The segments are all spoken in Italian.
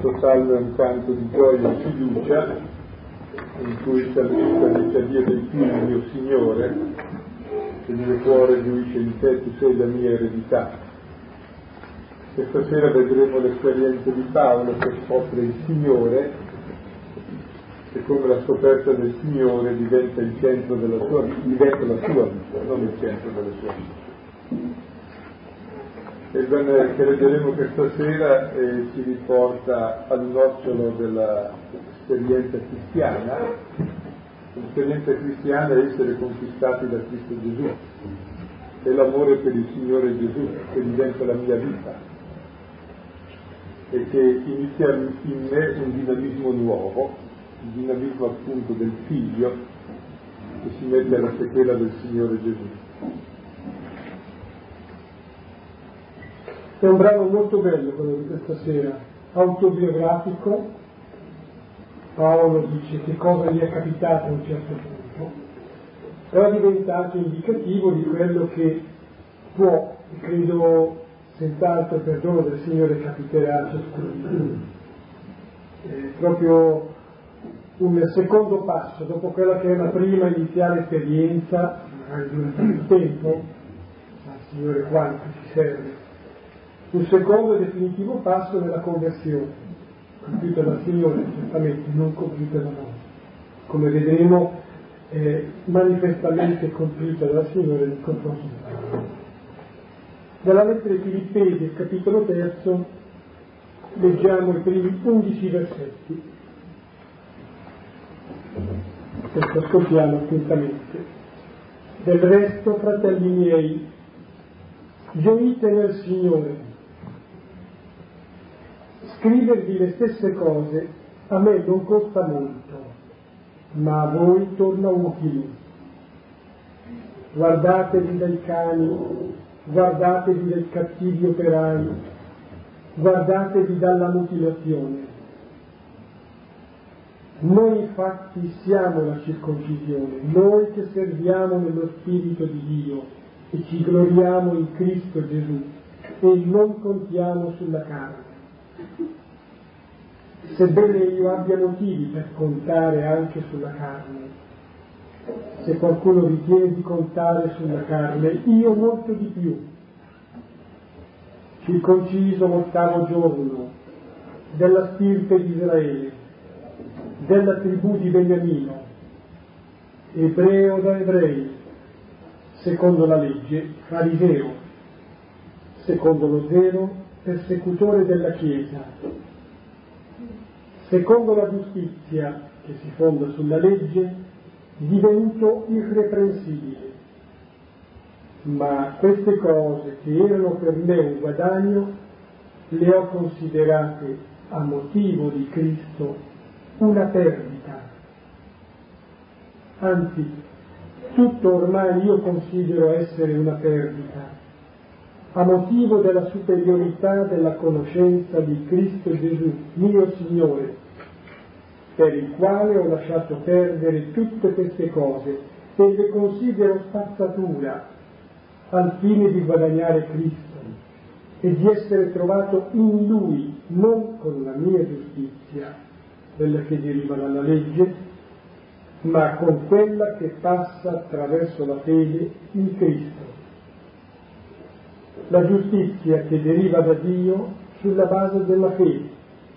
Questo salmo è un canto di gioia e fiducia, in cui il salmista dice a Dio del figlio mio Signore, che il mio cuore gioisce in te, tu sei la mia eredità. Questa sera vedremo l'esperienza di Paolo che scopre il Signore e come la scoperta del Signore diventa il centro della sua vita, diventa la sua vita, non il centro della sua vita. Il brano che leggeremo questa sera ci riporta al nocciolo dell'esperienza cristiana. L'esperienza cristiana è essere conquistati da Cristo Gesù, è l'amore per il Signore Gesù che diventa la mia vita e che inizia in me un dinamismo nuovo, il dinamismo appunto del figlio che si mette alla sequela del Signore Gesù. È un brano molto bello quello di questa sera, autobiografico. Paolo dice che cosa gli è capitato a un certo punto, però è diventato indicativo di quello che può, e credo senz'altro per dono del Signore, capiterà a ciascuno di noi. È proprio un secondo passo, dopo quella che è una prima iniziale esperienza, magari dura tanto tempo, ma il Signore quanto ci serve. Un secondo e definitivo passo nella conversione, compiuta dal Signore, certamente non compiuta da noi, come vedremo manifestamente compiuta dal Signore nel confronto di Paolo. Dalla lettera ai Filippesi, il capitolo 3, leggiamo i primi 11 versetti. Questo ascoltiamo attentamente. Del resto, fratelli miei, gioite nel Signore. Scrivervi le stesse cose a me non costa molto, ma a voi torna utile. Guardatevi dai cani, guardatevi dai cattivi operai, guardatevi dalla mutilazione. Noi infatti siamo la circoncisione, noi che serviamo nello Spirito di Dio e ci gloriamo in Cristo Gesù e non contiamo sulla carne. Sebbene io abbia motivi per contare anche sulla carne, se qualcuno ritiene di contare sulla carne, io molto di più. Circonciso l'8° giorno, della stirpe di Israele, della tribù di Beniamino, ebreo da ebrei, secondo la legge, fariseo, secondo lo zelo, persecutore della Chiesa, secondo la giustizia che si fonda sulla legge, divenuto irreprensibile. Ma queste cose che erano per me un guadagno, le ho considerate a motivo di Cristo una perdita. Anzi, tutto ormai io considero essere una perdita, a motivo della superiorità della conoscenza di Cristo Gesù, mio Signore, per il quale ho lasciato perdere tutte queste cose e le considero spazzatura al fine di guadagnare Cristo e di essere trovato in Lui, non con la mia giustizia, quella che deriva dalla legge, ma con quella che passa attraverso la fede in Cristo. La giustizia che deriva da Dio sulla base della fede,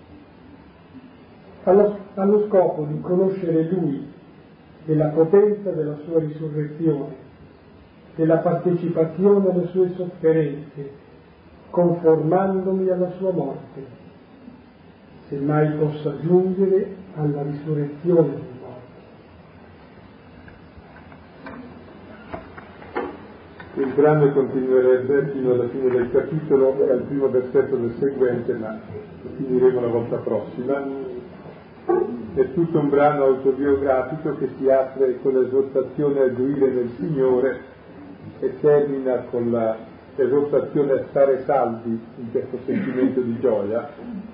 allo scopo di conoscere Lui e la potenza della sua risurrezione e la partecipazione alle sue sofferenze, conformandomi alla sua morte, se mai possa giungere alla risurrezione dei morti. Il brano continuerebbe fino alla fine del capitolo e al primo versetto del seguente, ma lo finiremo la volta prossima. È tutto un brano autobiografico che si apre con l'esortazione a gioire nel Signore e termina con l'esortazione a stare saldi in questo sentimento di gioia.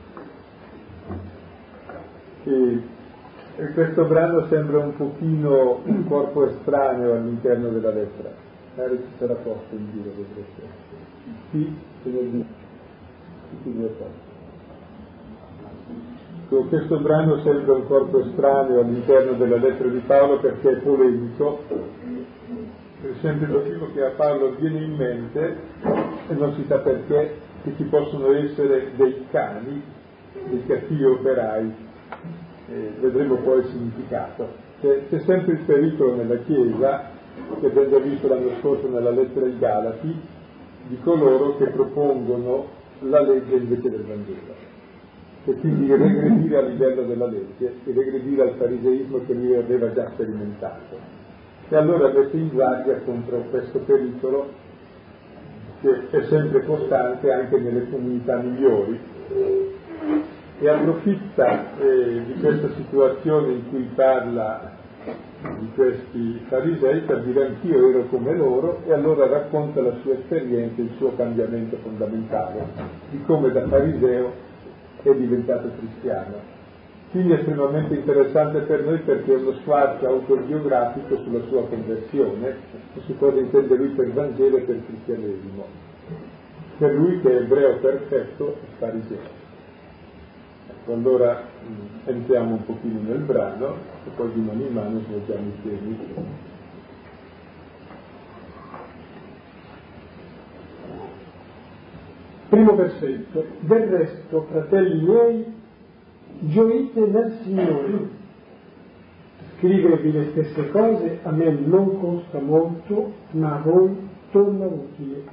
E questo brano sembra un pochino un corpo estraneo all'interno della lettera. Magari ci sarà posto in giro, vedrete. Sì, se ne dice. Tutti due posti. Ecco, questo brano sembra un corpo estraneo all'interno della lettera di Paolo perché è polemico, per il semplice motivo che a Paolo viene in mente, e non si sa perché, che ci possono essere dei cani, dei cattivi operai, vedremo poi il significato. C'è sempre il pericolo nella Chiesa, che abbiamo già visto l'anno scorso nella lettera ai Galati, di coloro che propongono la legge invece del Vangelo, e quindi regredire a livello della legge e regredire al fariseismo che lui aveva già sperimentato. E allora mette in guardia contro questo pericolo che è sempre costante anche nelle comunità migliori, e approfitta di questa situazione in cui parla di questi farisei per dire anch'io ero come loro, e allora racconta la sua esperienza, il suo cambiamento fondamentale, di come da fariseo è diventato cristiano. Quindi è estremamente interessante per noi perché è uno squarcio autobiografico sulla sua conversione e su cosa intende lui per Vangelo e per cristianesimo, per lui che è ebreo perfetto e fariseo. Ecco, allora entriamo un pochino nel brano e poi di mano in mano svolgiamo i temi. Primo versetto: del resto, fratelli miei, gioite nel Signore. Scrivervi le stesse cose a me non costa molto, ma a voi torna utile.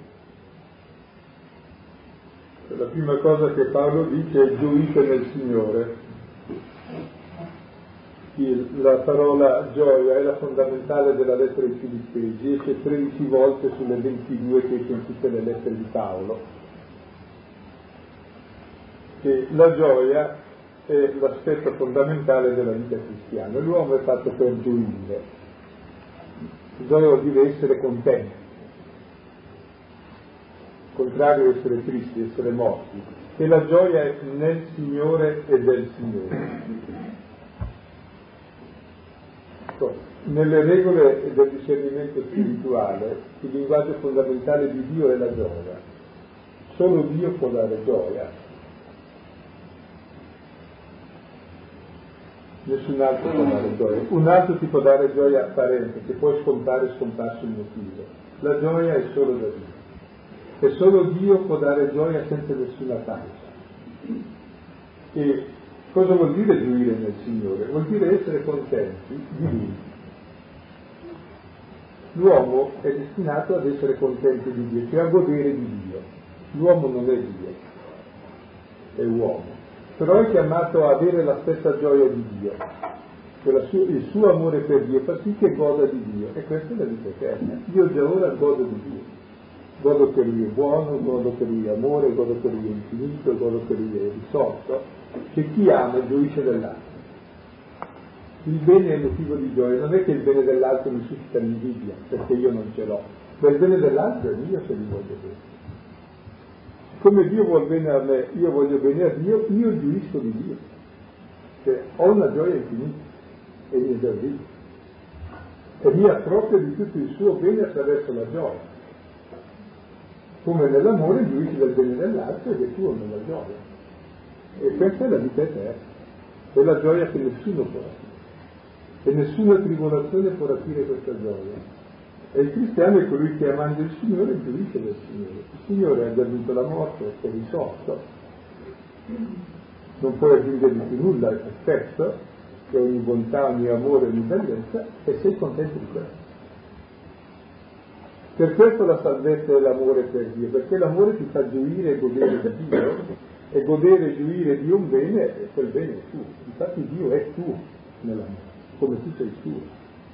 La prima cosa che Paolo dice è gioite nel Signore. La parola gioia è la fondamentale della lettera ai Filippesi, esce 13 volte sulle 22 che esce in tutte le lettere di Paolo. Che la gioia è l'aspetto fondamentale della vita cristiana. L'uomo è fatto per gioire. Gioia vuol dire essere contenti, il contrario è essere tristi, essere morti. E la gioia è nel Signore e del Signore. Nelle regole del discernimento spirituale il linguaggio fondamentale di Dio è la gioia. Solo Dio può dare gioia. Nessun altro può dare gioia. Un altro ti può dare gioia apparente, che può scontare e scomparsi il motivo. La gioia è solo da Dio. E solo Dio può dare gioia senza nessuna causa. E cosa vuol dire gioire nel Signore? Vuol dire essere contenti di Lui. L'uomo è destinato ad essere contento di Dio, cioè a godere di Dio. L'uomo non è Dio, è uomo. Però è chiamato a avere la stessa gioia di Dio, cioè il suo amore per Dio fa sì che goda di Dio, e questa è la vita eterna. Io già ora godo di Dio, godo che Lui è buono, godo che Lui è amore, godo che Lui è infinito, godo che Lui è risorto, che chi ama gioisce dell'altro. Il bene è motivo di gioia, non è che il bene dell'altro mi suscita l'invidia, perché io non ce l'ho, ma il bene dell'altro è mio se li voglio bene. Come Dio vuol bene a me, io voglio bene a Dio, io gioisco di Dio. Cioè, ho una gioia infinita e mi esercito. E mi approprio di tutto il suo bene attraverso la gioia. Come nell'amore gioisci del bene dell'altro ed è tuo nella gioia. E questa è la vita eterna. È la gioia che nessuno può rapire. E nessuna tribolazione può rapire questa gioia. E il cristiano è colui che amando il Signore gioisce del Signore. Il Signore ha già vinto la morte, è risorto, non puoi aggiungergli più nulla, è perfetto, che ogni bontà, ogni amore, ogni bellezza, e sei contento di questo. Per questo la salvezza è l'amore per Dio, perché l'amore ti fa gioire e godere di Dio, e godere e gioire di un bene, e quel bene è tuo. Infatti Dio è tuo nell'amore, come tu sei tuo.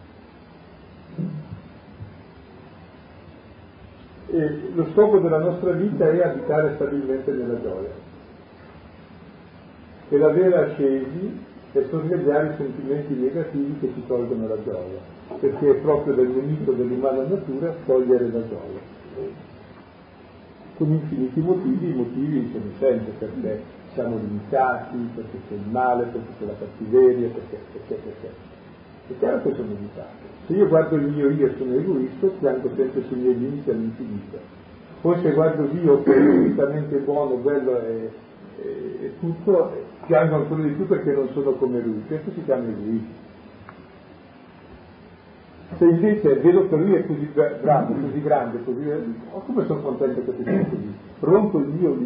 E lo scopo della nostra vita è abitare stabilmente nella gioia. E la vera ascesi è sorvegliare i sentimenti negativi che ci tolgono la gioia, perché è proprio del nemico dell'umana natura togliere la gioia. Con infiniti motivi, i motivi sono sempre perché siamo limitati, perché c'è il male, perché c'è la cattiveria, perché. È chiaro che sono limitato. Se io guardo il mio io e sono egoista, piango sempre sui miei limiti all'infinito. Poi se guardo Dio che è infinitamente buono, bello e tutto, piango ancora di più perché non sono come lui. Questo si chiama egoismo. Se invece vedo che lui è così bravo, così grande, così, come sono contento che sia così, rompo il mio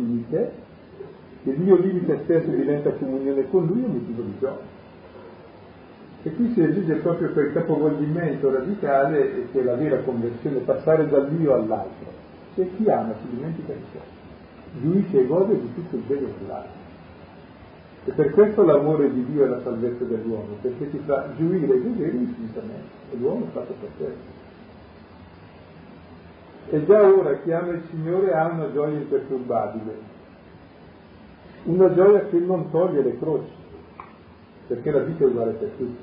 limite stesso diventa comunione con lui, è un motivo di gioia. E qui si esige proprio quel capovolgimento radicale e che è la vera conversione, passare dall'io all'altro. Se chi ama si dimentica di sé, giuisce e gode di tutto il bene dell'altro. E per questo l'amore di Dio è la salvezza dell'uomo, perché ti fa gioire e godere infinitamente, e l'uomo è fatto per questo. E già ora chi ama il Signore ha una gioia imperturbabile, una gioia che non toglie le croci, perché la vita è uguale per tutti,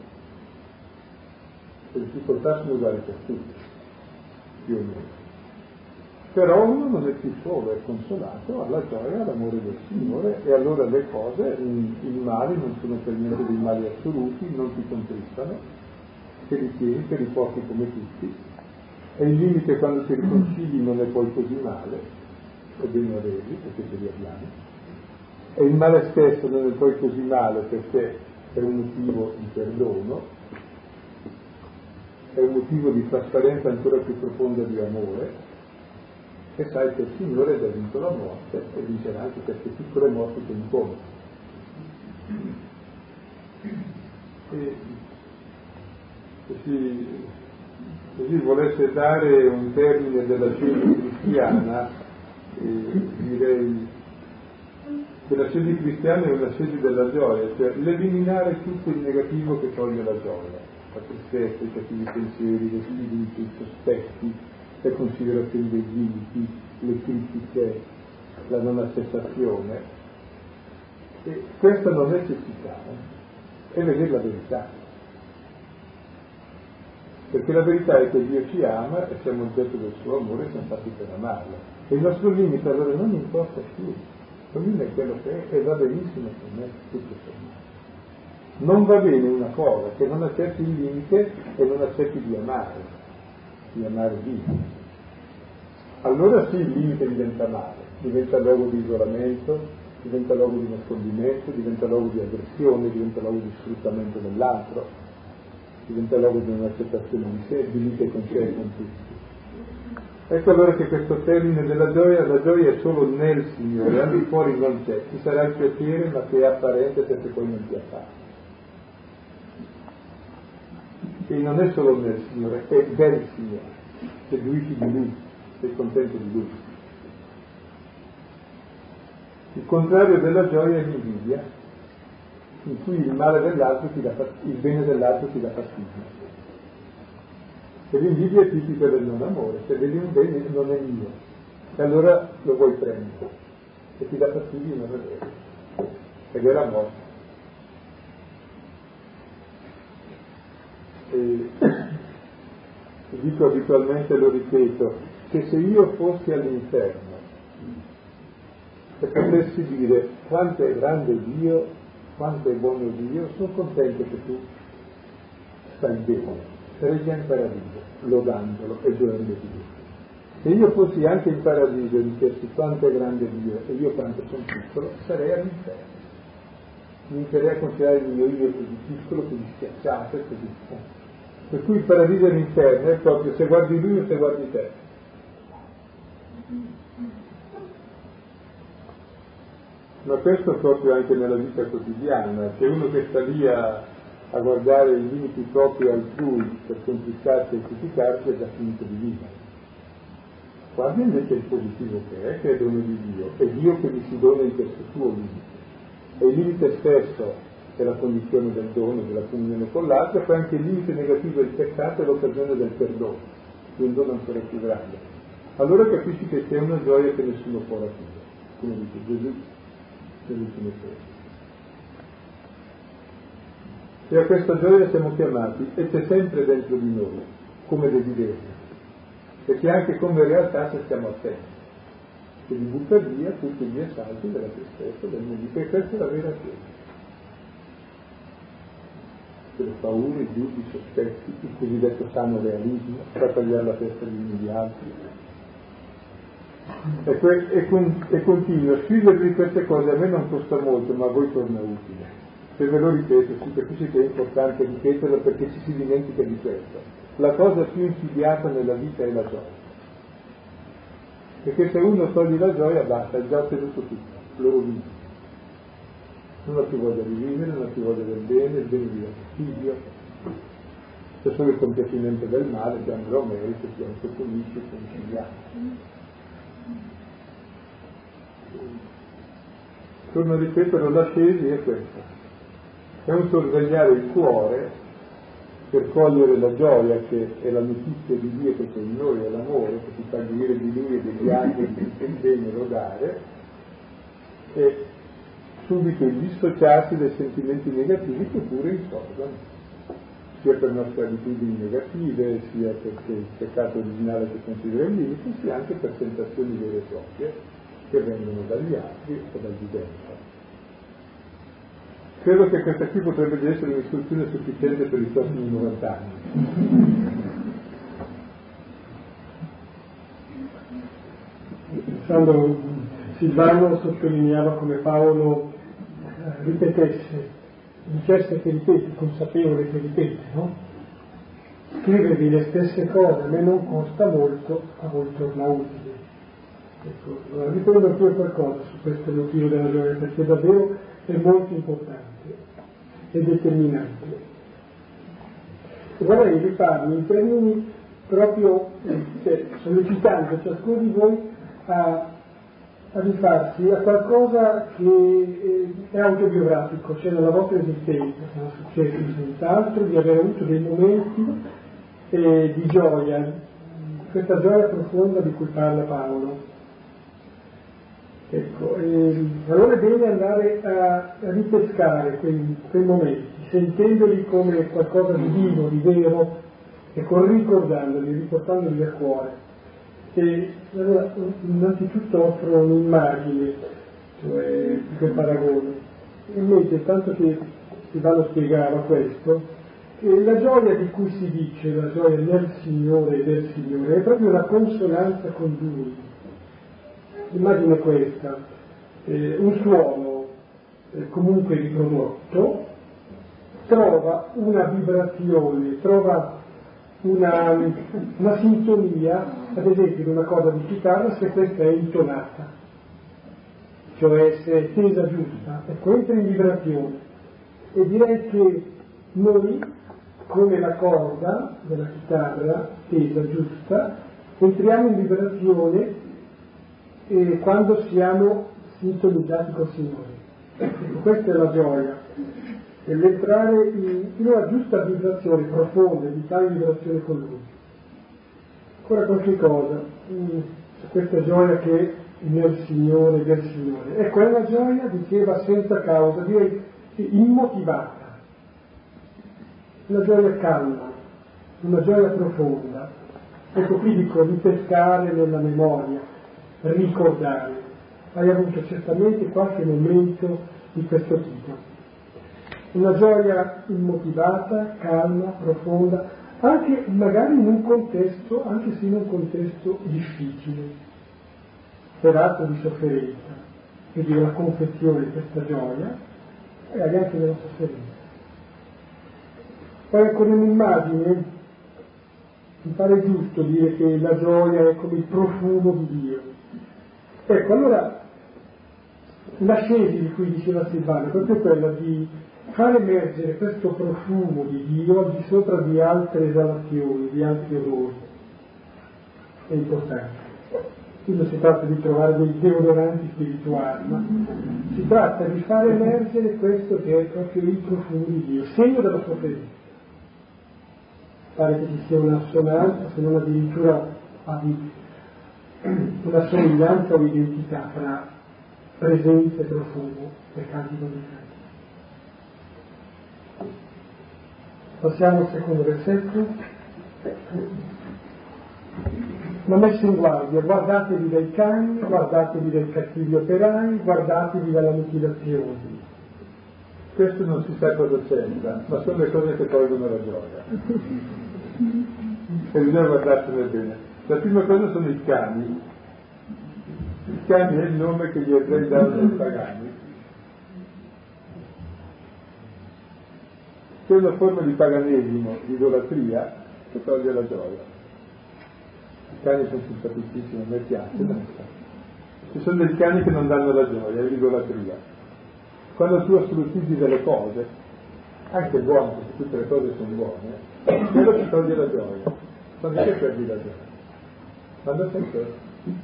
le difficoltà sono uguali per tutti, più o meno. Però uno non è più solo, è consolato, ha la gioia, l'amore del Signore, e allora le cose, i mali non sono per niente dei mali assoluti, non ti contristano, te li tieni, te li porti come tutti, e il limite quando ti riconcili non è poi così male, è bene averli, perché te li abbiamo, e il male stesso non è poi così male perché è un motivo di perdono, è un motivo di trasparenza ancora più profonda di amore, e sai che il Signore ha vinto la morte e vincerà anche queste piccole morti che incontra. E così volesse dare un termine della scienza cristiana, direi che la sede cristiana è una sede della gioia, cioè l'eliminare tutto il negativo che toglie la gioia, la tristezza, i cattivi pensieri, le sfiducie, i sospetti, le considerazioni dei limiti, le critiche, la non accettazione. E questa non necessità è vedere la verità, perché la verità è che Dio ci ama e siamo oggetto del suo amore e siamo fatti per amarlo, e il nostro limite allora non importa più, il limite è quello che è e va benissimo per me, tutto sommato. Non va bene una cosa che non accetti il limite e non accetti di amare Dio. Allora sì, il limite diventa male, diventa luogo di isolamento, diventa luogo di nascondimento, diventa luogo di aggressione, diventa luogo di sfruttamento dell'altro, diventa luogo di un'accettazione di sé, di lite con sé e con tutti. Ecco allora che questo termine della gioia, la gioia è solo nel Signore, al di fuori non c'è, ci sarà il piacere ma che è apparente perché poi non ti appare. E non è solo nel Signore, è del Signore, se giuisci di Lui, sei contento di Lui. Il contrario della gioia è l'invidia, in cui il male dell'altro ti dà fastidio, il bene dell'altro ti dà fastidio. E l'invidia è tipica del non amore, se vedi un bene non è mio, e allora lo vuoi prendere, e ti dà fastidio non è vero, ed è la morte. E dico abitualmente, lo ripeto, che se io fossi all'inferno e potessi dire quanto è grande Dio, quanto è buono Dio, sono contento che tu stai bene, sarei già in paradiso, lodandolo e gioendo di Dio. Se io fossi anche in paradiso e dicessi quanto è grande Dio e io quanto sono piccolo, sarei all'inferno. Mi inizierei a considerare il mio io così piccolo, così schiacciato e così. Per cui il paradiso e l'inferno è proprio se guardi lui o se guardi te. Ma questo proprio anche nella vita quotidiana, c'è uno che sta lì a guardare i limiti propri altrui per contristarsi e criticarsi è già finito di vivere. Guarda invece il positivo che è dono di Dio, è Dio che gli si dona in questo suo limite. E il limite stesso è la condizione del dono, della comunione con l'altro, e poi anche il limite negativo del peccato è l'occasione del perdono, di un dono ancora più grande. Allora capisci che c'è una gioia che nessuno può rapire, come dice Gesù nell'ultimo secolo. E a questa gioia siamo chiamati, e c'è sempre dentro di noi, come desiderio, perché anche come realtà se stiamo attenti, che li butta via tutti gli assalti della tristezza, del nemico, e questa è la vera gioia. Le paure, i dubbi, i sospetti, il cosiddetto sano realismo, fa tagliare la testa di altri. e continuo a scrivervi queste cose, a me non costa molto, ma a voi torna utile. Se ve lo ripeto, si capisce che è importante ripeterlo perché ci si dimentica di questo. La cosa più insidiata nella vita è la gioia. Perché se uno toglie la gioia, basta, è già ottenuto tutto, lo rovina. Non ha più voglia di vivere, non ha più voglia del bene, il bene vi dà fastidio. C'è solo il compiacimento del male, che me lo merito, che anche punisce, consigliato. Torno a ripetere, l'ascesi è questa. È un sorvegliare il cuore per cogliere la gioia che è la notizia di Dio che c'è in noi, è l'amore che ti fa dire di Lui e degli altri, di tutto il bene lodare, e subito il dissociarsi dai sentimenti negativi che pure insorgono, sia per nostre abitudini negative, sia perché il peccato originale che considera il limite, sia anche per tentazioni vere e proprie che vengono dagli altri o dal di dentro. Credo che questa qui potrebbe essere un'istruzione sufficiente per i prossimi 90 anni. Pensando, Silvano sottolineava come Paolo ripetesse, dicesse che ripete, consapevole che ripete, no? Scrivervi le stesse cose a me non costa molto, a voi torna utile. Ecco, allora, riprendo anche qualcosa su questo motivo della gioia, perché davvero è molto importante e determinante. E vorrei rifarmi in termini proprio sollecitando ciascuno di voi a rifarsi a qualcosa che è autobiografico, cioè nella vostra esistenza, sarà successo senz'altro di aver avuto dei momenti di gioia, questa gioia profonda di cui parla Paolo. Ecco, allora è bene andare a ripescare quei momenti, sentendoli come qualcosa di vivo, di vero, e ricordandoli, riportandoli a cuore. E allora, innanzitutto offro un'immagine, cioè di quel paragone. Invece, tanto che Silvano spiegava questo, che la gioia di cui si dice, la gioia nel Signore e del Signore, è proprio una consonanza con Lui. L'immagine è questa, un suono comunque riprodotto trova una vibrazione, trova una sintonia, ad esempio in una corda di chitarra, se questa è intonata, cioè se è tesa giusta, ecco, entra in vibrazione. E direi che noi, come la corda della chitarra tesa giusta, entriamo in vibrazione quando siamo sintonizzati col Signore. Ecco, questa è la gioia, è l'entrare in una giusta vibrazione profonda, di tale vibrazione con Lui. Ancora qualche cosa su questa gioia che è nel Signore, del Signore. Ecco, è una gioia, diceva, senza causa, direi immotivata, una gioia calma, una gioia profonda. Ecco, qui dico ripescare nella memoria, ricordare. Hai avuto certamente qualche momento di questo tipo. Una gioia immotivata, calma, profonda, anche magari in un contesto, anche se in un contesto difficile, peraltro di sofferenza, quindi una confezione di questa gioia, e anche della sofferenza. Poi con un'immagine mi pare giusto dire che la gioia è come il profumo di Dio. Ecco, allora l'ascesi di cui diceva Silvano è proprio quella di far emergere questo profumo di Dio al di sopra di altre esalazioni, di altri odori. È importante. Qui non si tratta di trovare dei deodoranti spirituali, ma si tratta di far emergere questo che è proprio il profumo di Dio, segno della sofferenza. Pare che ci sia un'assonanza, se non addirittura una somiglianza o identità fra presenza e profumo del cantico di Cristo. Passiamo al secondo versetto. La messa in guardia: guardatevi dai cani, guardatevi dai cattivi operai, guardatevi dalla mutilazione. Questo non si sa cosa c'entra, ma sono le cose che tolgono la gioia. E bisogna guardarsene bene. La prima cosa sono i cani. Il cane è il nome che gli ebrei danno ai pagani. C'è una forma di paganesimo, di idolatria, che toglie la gioia. I cani sono simpaticissimi, a me piacciono. Ci sono dei cani che non danno la gioia, è l'idolatria. Quando tu assolutizzi delle cose, anche buone, perché tutte le cose sono buone, quello ti toglie la gioia. Quando che perdi la gioia? Quando sei te.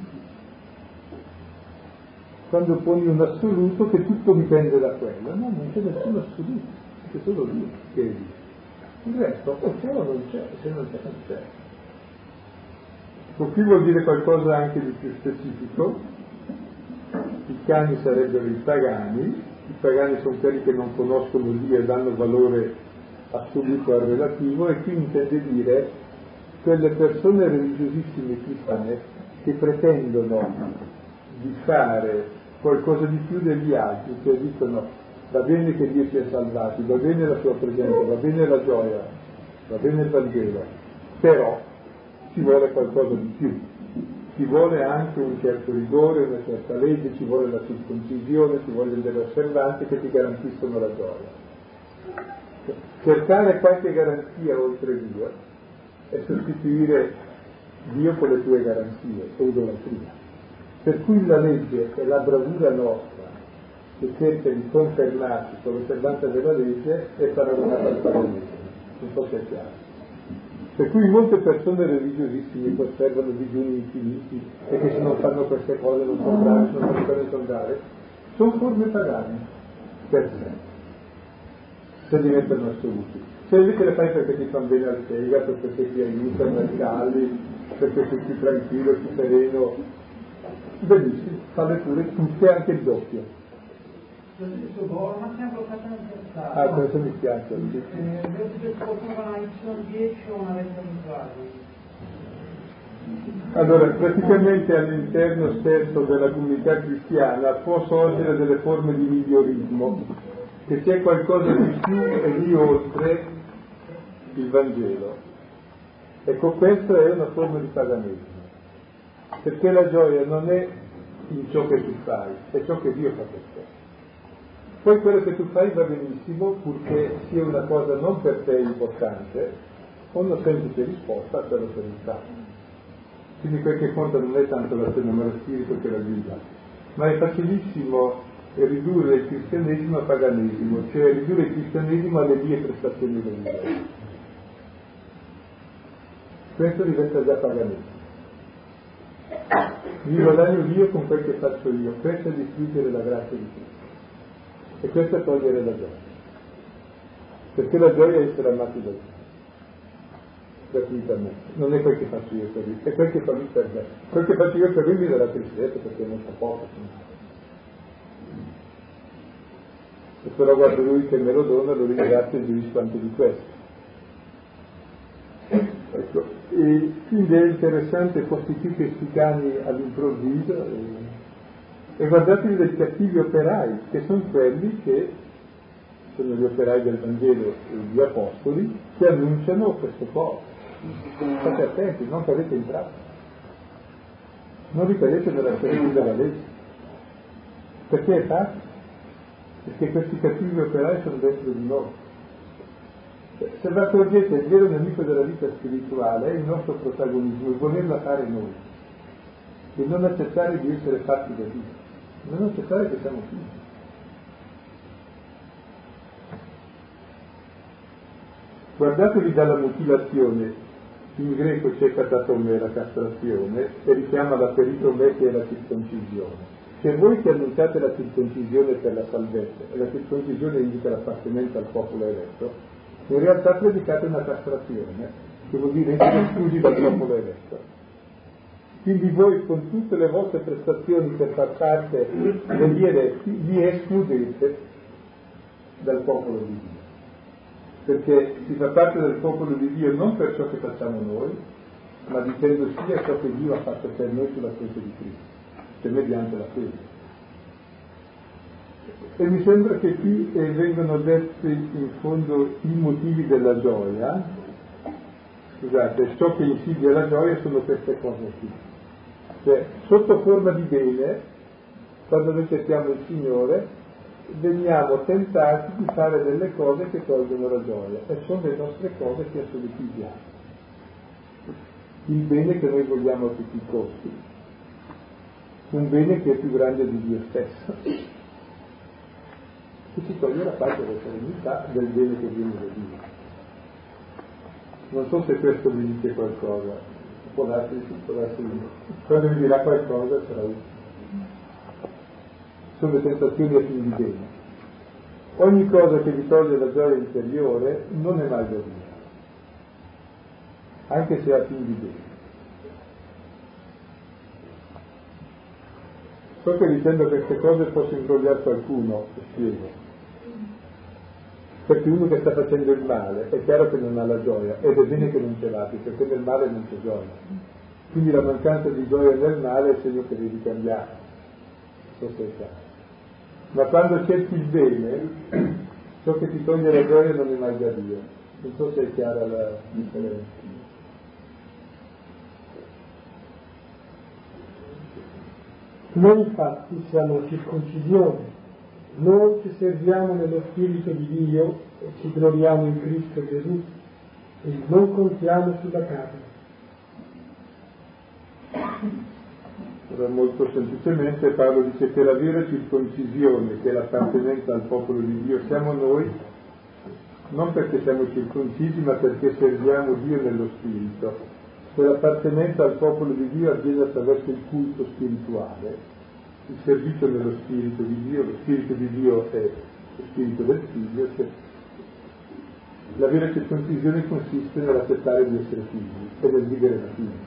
Quando poni un assoluto che tutto dipende da quello, no, non c'è nessun assoluto, c'è solo lui che esiste. Il resto o c'è o non c'è, se non c'è non c'è. Qui vuol dire qualcosa anche di più specifico. I cani sarebbero i pagani sono quelli che non conoscono Dio e danno valore assoluto al relativo, e qui intende dire quelle persone religiosissime cristiane che pretendono di fare qualcosa di più degli altri, che dicono va bene che Dio sia salvato, va bene la sua presenza, va bene la gioia, va bene il Vangelo, però ci vuole qualcosa di più, ci vuole anche un certo rigore, una certa legge, ci vuole la circoncisione, ci vogliono delle osservanze che ti garantiscono la gioia. Cercare qualche garanzia oltre Dio è sostituire Dio con le tue garanzie, è idolatria. Per cui la legge è la bravura nostra che cerca di confermarci con l'osservanza della legge è paragonata al paganesimo, non so se è chiaro. Per cui molte persone religiosissime che osservano digiuni infiniti e che se non fanno queste cose non sono bravi, se non fanno quelle sono bravi, sono forme pagane per sé, se diventano assoluti. Se invece le fai perché ti fanno bene al fegato, perché ti aiutano ai calli, perché sei più tranquillo, più sereno, benissimo, falle pure tutte, anche il doppio. Ma siamo bloccati nel pensato. Ah, questo mi spiace. Sì. Vedo che qualcuno Y10 o una lettera di Allora, praticamente all'interno stesso della comunità cristiana può sorgere delle forme di migliorismo, che c'è qualcosa di più e di oltre il Vangelo. Ecco, questa è una forma di paganesimo, perché la gioia non è in ciò che tu fai, è ciò che Dio fa per te. Poi quello che tu fai va benissimo, purché sia una cosa non per te importante, o una semplice risposta a quello che tu fai. Quindi quel che conta non è tanto l'azione, ma lo spirito che la guida. Ma è facilissimo ridurre il cristianesimo al paganesimo, cioè ridurre il cristianesimo alle vie prestazioni religiose. Questo diventa già paganesimo. Mi guadagno io con quel che faccio io, questo è distruggere la grazia di Cristo. E questo è togliere la gioia. Perché la gioia è essere amati da Dio, gratuitamente. Non è quel che faccio io per lui, è quel che fa lui per me. Quel che faccio io per lui mi dà la tristezza perché non fa poco. E però guardo lui che me lo dona, lo ringrazio e giurisco anche di questo. Ecco, e quindi è interessante questi qui che si cani all'improvviso e guardatevi dei cattivi operai, che sono quelli che sono gli operai del Vangelo e gli apostoli, che annunciano queste cose. State attenti, non cadete in trappola, non ricadete nella serena della legge. Perché è facile? Perché questi cattivi operai sono dentro di noi. Se vi accorgete, il vero nemico della vita spirituale è il nostro protagonismo, il volerla fare noi, e non accettare di essere fatti da Dio, non accettare che siamo figli. Guardatevi dalla mutilazione, in greco c'è katatome, la castrazione, e richiama la peritome, che è la circoncisione. Se voi che annunciate la circoncisione per la salvezza, e la circoncisione indica l'appartenenza al popolo eletto, in realtà predicate una castrazione, che vuol dire essere esclusi dal popolo eletto. Quindi voi con tutte le vostre prestazioni per far parte degli eletti vi escludete dal popolo di Dio, perché si fa parte del popolo di Dio non per ciò che facciamo noi, ma dicendo sì a ciò che Dio ha fatto per noi sulla croce di Cristo, cioè mediante la fede. E mi sembra che qui vengono detti in fondo i motivi della gioia. Scusate, ciò che insidia la gioia sono queste cose qui. Cioè, sotto forma di bene, quando noi cerchiamo il Signore, veniamo tentati di fare delle cose che tolgono la gioia, e sono le nostre cose che assolutizziamo. Il bene che noi vogliamo a tutti i costi, un bene che è più grande di Dio stesso, che ci toglie la pace e la serenità del bene che viene da Dio. Non so se questo vi dice qualcosa, può darsi sì, può darsi no. Quando vi dirà qualcosa sarà utile. Sono le tentazioni a fin di bene. Ogni cosa che vi toglie la gioia interiore non è mai da Dio, anche se a fin di bene. So che dicendo queste cose posso imbrogliare qualcuno, spiego. Perché uno che sta facendo il male è chiaro che non ha la gioia, ed è bene che non ce l'abbia, perché nel male non c'è gioia. Quindi la mancanza di gioia nel male è il segno che devi cambiare. Non so se è chiaro. Ma quando cerchi il bene, ciò che ti toglie la gioia non è mai da Dio. Non so se è chiara la differenza. Noi infatti siamo la circoncisione, noi che serviamo nello Spirito di Dio e ci gloriamo in Cristo Gesù e non contiamo sulla carne. Ora, molto semplicemente Paolo dice che la vera circoncisione, che è l'appartenenza al popolo di Dio, siamo noi, non perché siamo circoncisi, ma perché serviamo Dio nello Spirito. Quell'appartenenza al popolo di Dio avviene attraverso il culto spirituale, il servizio nello Spirito di Dio. Lo Spirito di Dio è lo Spirito del Figlio. Cioè, la vera circoncisione consiste nell'accettare di essere figli e nel vivere da figli,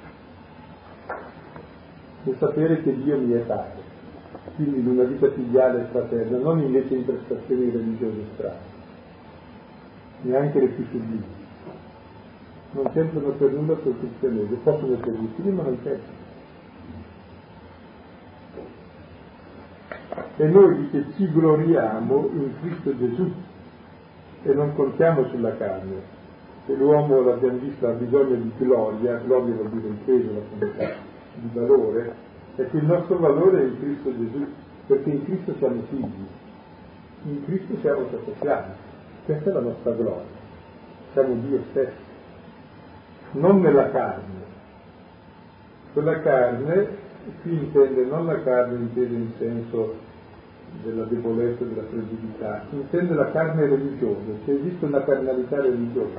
nel sapere che Dio mi è padre, quindi in una vita filiale e fraterna, non invece in prestazioni religiose strane, neanche le più sublimi. Non c'entrano per nulla col cristianesimo, possono essere utili ma non c'entrano. E noi dice ci gloriamo in Cristo Gesù e non contiamo sulla carne. Se l'uomo, l'abbiamo visto, ha bisogno di gloria vuol dire il peso, la quantità di valore, e che il nostro valore è in Cristo Gesù, perché in Cristo siamo figli, in Cristo siamo ciò che siamo, questa è la nostra gloria, siamo Dio stesso. Non nella carne. Quella carne, qui intende non la carne intesa in senso della debolezza, della fragilità, intende la carne religiosa, cioè esiste una carnalità religiosa.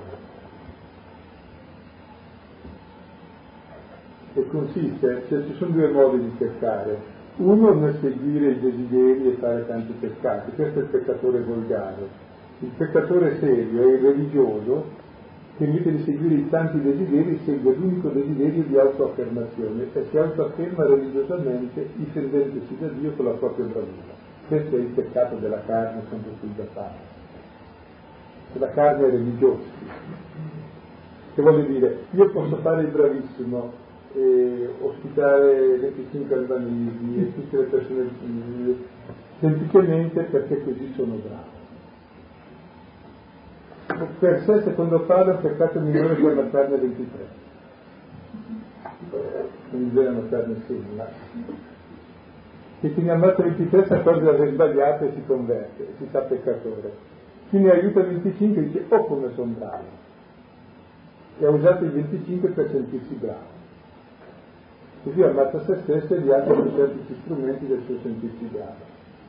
E consiste, cioè ci sono due modi di peccare. Uno nel seguire i desideri e fare tanti peccati, questo è il peccatore volgare. Il peccatore serio è il religioso, che invece di seguire i tanti desideri segue l'unico desiderio di autoaffermazione e si autoafferma religiosamente difendendisi da Dio con la propria bravura. Questo è il peccato della carne contro cui da fare. La carne è religiosa. Che voglio dire, io posso fare il bravissimo, ospitare 25 albanesi e tutte le persone semplicemente perché così sono bravo. Per sé, secondo Paolo, il peccato minore è la carne 23. Non bisogna notare insegna. Che chi ne ammazza 23 si accorge di aver sbagliato e si converte, e si fa peccatore. Chi ne aiuta 25 dice, oh come sono bravo. E ha usato i 25 per sentirsi bravo. Così ammazza se stesso e gli altri con semplici strumenti del suo sentirsi bravo.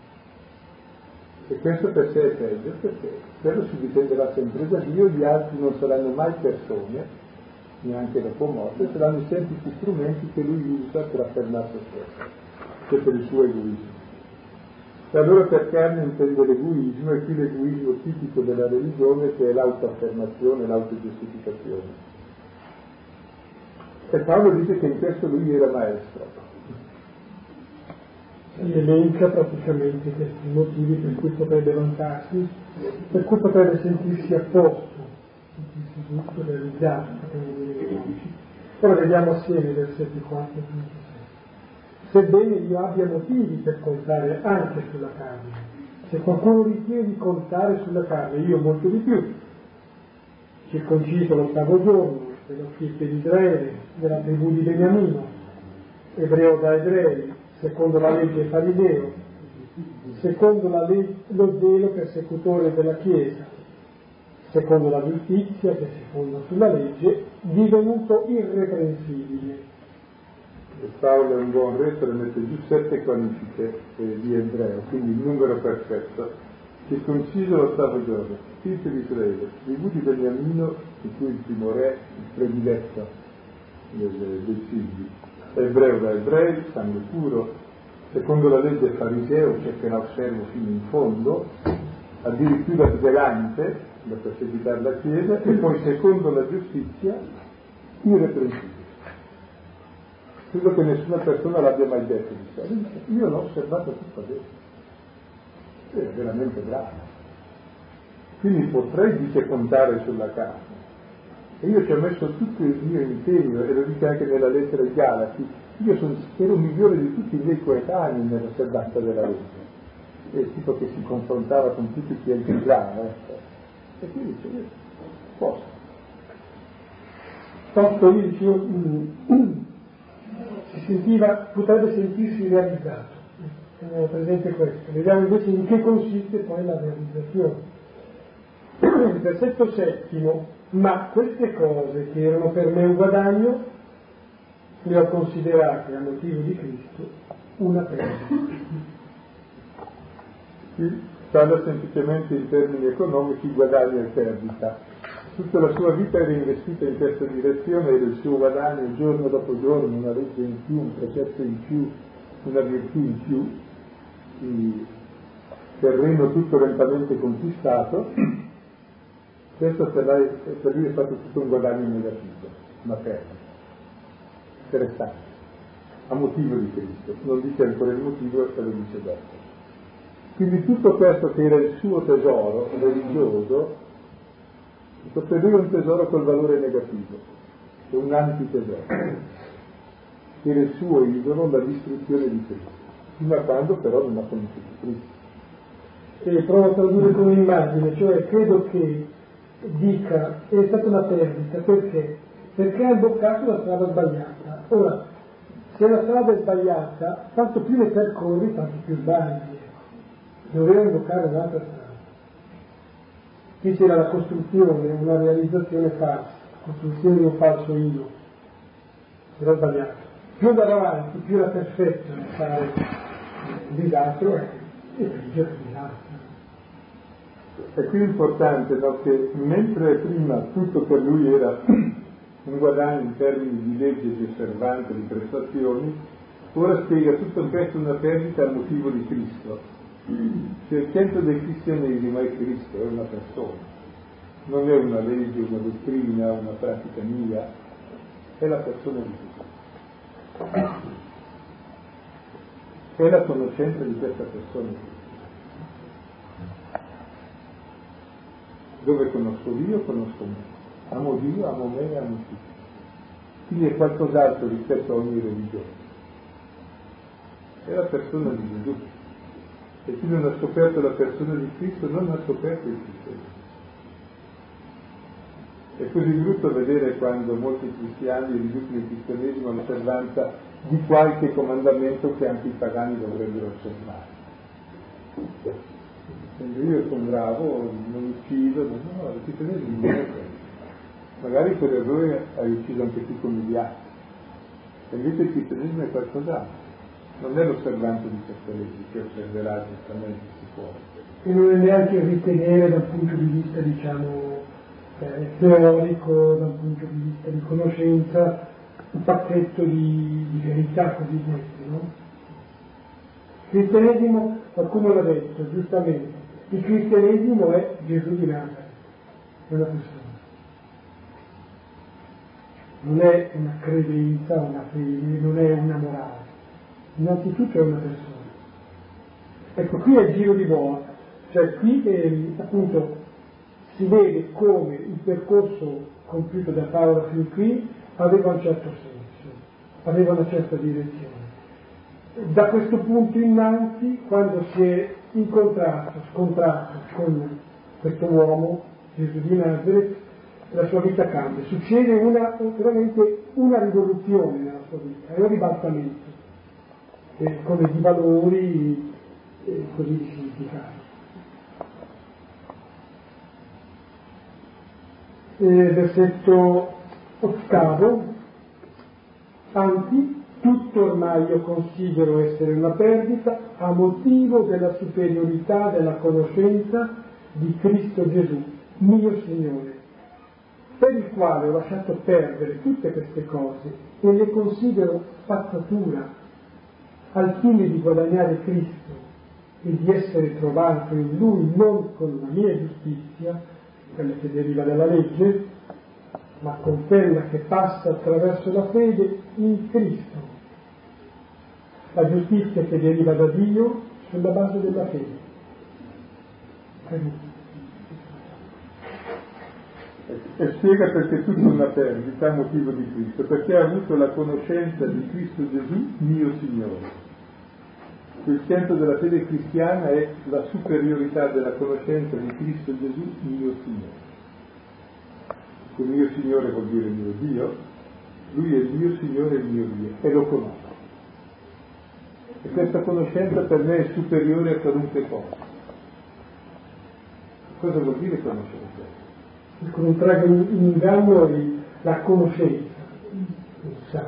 E questo per sé è peggio, perché quello si difenderà sempre da Dio, gli altri non saranno mai persone, neanche dopo morte, saranno i semplici strumenti che lui usa per affermare se stesso, cioè per il suo egoismo. E allora per carne intende l'egoismo, e qui l'egoismo tipico della religione, che è l'autoaffermazione, l'autogiustificazione. E Paolo dice che in questo lui era maestro. Elenca praticamente questi motivi per cui potrebbe vantarsi, per cui potrebbe sentirsi a posto, sentirsi giusto, realizzato. Ora vediamo assieme i versetti 4 e 5. Sebbene io abbia motivi per contare anche sulla carne, se qualcuno ritiene di contare sulla carne, io molto di più, circonciso l'8° giorno, della stirpe di Israele, della tribù di Beniamino, ebreo da ebrei, secondo la legge fariseo, secondo lo zelo persecutore della Chiesa, secondo la giustizia che si fonda sulla legge, divenuto irreprensibile. E Paolo è un buon re, ne mette giù 7 qualifiche di ebreo, quindi il numero perfetto. Circonciso l'8° giorno, figlio di Israele, tribù di Beniamino, di cui il primo re, il prediletto dei figli, ebreo da ebrei, sangue puro, secondo la legge fariseo, cioè che la osservo fino in fondo, addirittura zelante da perseguitare la Chiesa, e poi secondo la giustizia irreprensibile. Credo che nessuna persona l'abbia mai detto di sé. Io l'ho osservato tutto adesso. È veramente bravo. Quindi potrei, dice, contare sulla carne. E io ci ho messo tutto il mio impegno, e lo dice anche nella lettera ai Galati, io ero migliore di tutti i miei coetanei nell'osservanza della legge. È tipo che si confrontava con tutti chi è il più bravo. E quindi dice, io posso. Posto io dicevo, si sentiva, potrebbe sentirsi realizzato. Teniamo presente questo. Vediamo invece in che consiste poi la realizzazione. Il versetto 7: ma queste cose che erano per me un guadagno le ho considerate a motivo di Cristo una perdita. Qui parla semplicemente in termini economici, guadagno e perdita. Tutta la sua vita era investita in questa direzione, era il suo guadagno giorno dopo giorno, una legge in più, un precetto in più, una virtù in più, il terreno tutto lentamente conquistato. Questo per lui è stato tutto un guadagno negativo, una perdita. Interessante. A motivo di Cristo. Non dice ancora il motivo, se lo dice dopo. Quindi tutto questo che era il suo tesoro religioso, per lui è un tesoro col valore negativo, è un antitesoro. Era il suo idolo, la distruzione di Cristo, fino a quando però non ha conosciuto Cristo. E provo a tradurre come immagine, cioè credo che dica è stata una perdita, perché ha imboccato la strada sbagliata. Ora, se la strada è sbagliata, tanto più ne percorri, tanto più sbagli. Doveva imboccare un'altra strada. Qui c'era la costruzione, una realizzazione falsa, costruzione di un falso idolo. Era sbagliato. Più andava avanti, più era perfetto nel fare un disastro, e peggio il disastro. E qui è importante, no, che mentre prima tutto per lui era un guadagno in termini di legge, di osservanza, di prestazioni, ora spiega tutto questo una perdita a motivo di Cristo. Cioè il centro del cristianesimo è Cristo, è una persona, non è una legge, una dottrina, una pratica mia, è la persona di Cristo. È la conoscenza di questa persona. Dove conosco Dio, conosco me. Amo Dio, amo me e amo tutti. Quindi è qualcos'altro rispetto a ogni religione. È la persona di Gesù. E chi non ha scoperto la persona di Cristo non ha scoperto il cristianesimo. È così brutto vedere quando molti cristiani riducono il cristianesimo all'osservanza di qualche comandamento che anche i pagani dovrebbero osservare. Io sono bravo, non uccido, no, il cristianesimo non è quello. Magari per errore hai ucciso anche tu come gli altri. E invece il cristianesimo è qualcos'altro. Non è l'osservanza di queste leggi che osserverà giustamente si può. E non è neanche ritenere dal punto di vista, diciamo, teorico, dal punto di vista di conoscenza, un pacchetto di verità cosiddette, no? Il cristianesimo, qualcuno l'ha detto, giustamente, il cristianesimo è Gesù di Nazareth, è una persona. Non è una credenza, una fede, non è una morale. Innanzitutto è una persona. Ecco, qui è il giro di boa, cioè qui appunto si vede come il percorso compiuto da Paolo fin qui aveva un certo senso, aveva una certa direzione. Da questo punto innanzi, quando si è scontrato con questo uomo, Gesù di Nazareth, la sua vita cambia, succede veramente una rivoluzione nella sua sua vita, è un ribaltamento, come di valori e così di significati. Versetto 8: anzi, tutto ormai io considero essere una perdita a motivo della superiorità della conoscenza di Cristo Gesù, mio Signore, per il quale ho lasciato perdere tutte queste cose e le considero spazzatura al fine di guadagnare Cristo e di essere trovato in Lui non con la mia giustizia, quella che deriva dalla legge, ma con quella che passa attraverso la fede in Cristo. La giustizia che deriva da Dio sulla base della fede. E spiega perché tutto è una perdita a motivo di Cristo, perché ha avuto la conoscenza di Cristo Gesù, mio Signore. Il centro della fede cristiana è la superiorità della conoscenza di Cristo Gesù, mio Signore. Il mio Signore vuol dire mio Dio, Lui è il mio Signore e il mio Dio, e lo conosco. E questa conoscenza per me è superiore a qualunque cosa. Cosa vuol dire conoscere questo? Con un trago in inganno la conoscenza, non sa.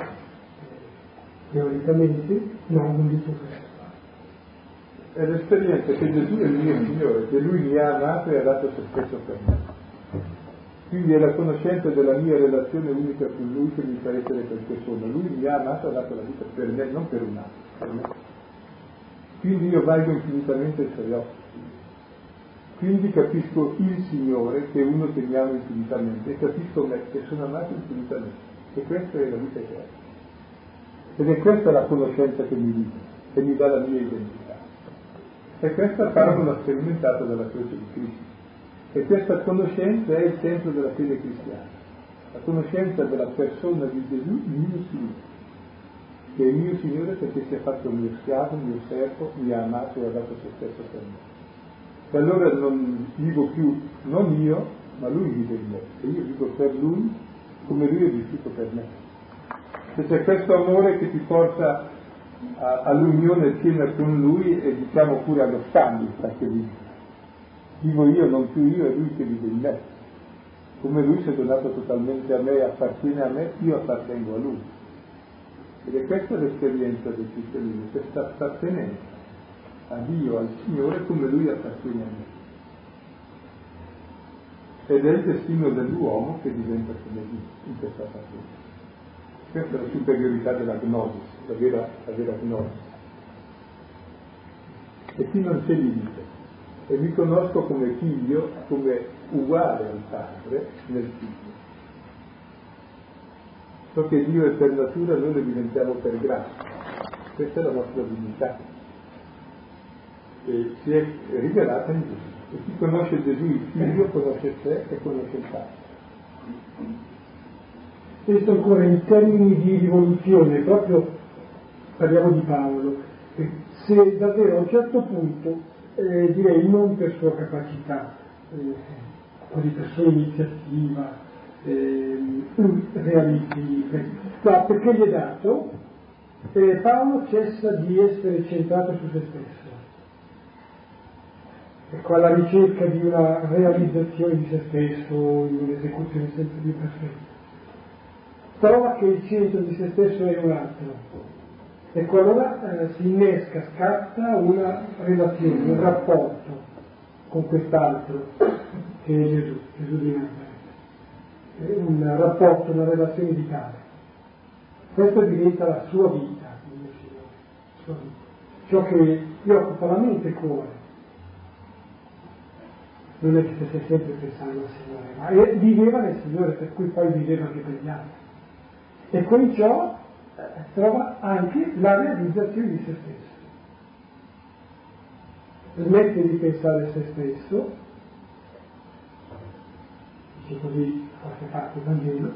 Teoricamente non dice questo. È l'esperienza che Gesù è il mio Signore, che Lui mi ha amato e ha dato se stesso per me. Quindi è la conoscenza della mia relazione unica con Lui che mi fa essere quel che sono. Lui mi ha amato e ha dato la vita per me, non per un altro, per me. Quindi io valgo infinitamente ai Suoi occhi. Quindi capisco il Signore, che è uno che mi ama infinitamente, e capisco me, che sono amato infinitamente. E questa è la vita che ho. Ed è questa la conoscenza che mi dice, che mi dà la mia identità. E questa Paolo l'ha sperimentata dalla croce di Cristo. E questa conoscenza è il centro della fede cristiana. La conoscenza della persona di Gesù, mio Signore. Che è il mio Signore perché si è fatto mio schiavo, mio servo, mi ha amato e ha dato se stesso per me. E allora non vivo più, non io, ma Lui vive in me. E io vivo per Lui come Lui è vissuto per me. Se c'è questo amore che ti porta all'unione piena con Lui e diciamo pure allo scambio, perché vivo io, non più io, è Lui che vive in me. Come Lui si è donato totalmente a me, appartiene a me, io appartengo a Lui. Ed è questa l'esperienza del cristianesimo, questa appartenenza a Dio, al Signore, come Lui appartiene a me. Ed è il destino dell'uomo che diventa come Dio in questa appartenenza. Questa è la superiorità della gnosis, la vera gnosis. E qui non c'è limite. E mi conosco come figlio, come uguale al Padre nel figlio. So che Dio è per natura, noi lo diventiamo per grazia. Questa è la nostra dignità. E si è rivelata in Gesù. E chi conosce Gesù il figlio conosce sé e conosce il Padre. Questo ancora in termini di rivoluzione, proprio parliamo di Paolo, se davvero a un certo punto, direi non per sua capacità, così per sua iniziativa, realizzi, ma perché gli è dato, Paolo cessa di essere centrato su se stesso. Ecco, alla ricerca di una realizzazione di se stesso, in un'esecuzione sempre più perfetta. Trova che il centro di se stesso è un altro. Ecco, allora si innesca, scatta una relazione, un rapporto con quest'altro che è Gesù di Nazareth. Un rapporto, una relazione vitale. Questa diventa la sua vita, mio Signore, sua vita. Ciò che gli occupa la mente e il cuore. Non è che stesse sempre pensando al Signore, ma viveva nel Signore, per cui poi viveva anche per gli altri. E con ciò trova anche la realizzazione di se stesso. Smette di pensare a se stesso, dice così qualche parte il Vangelo,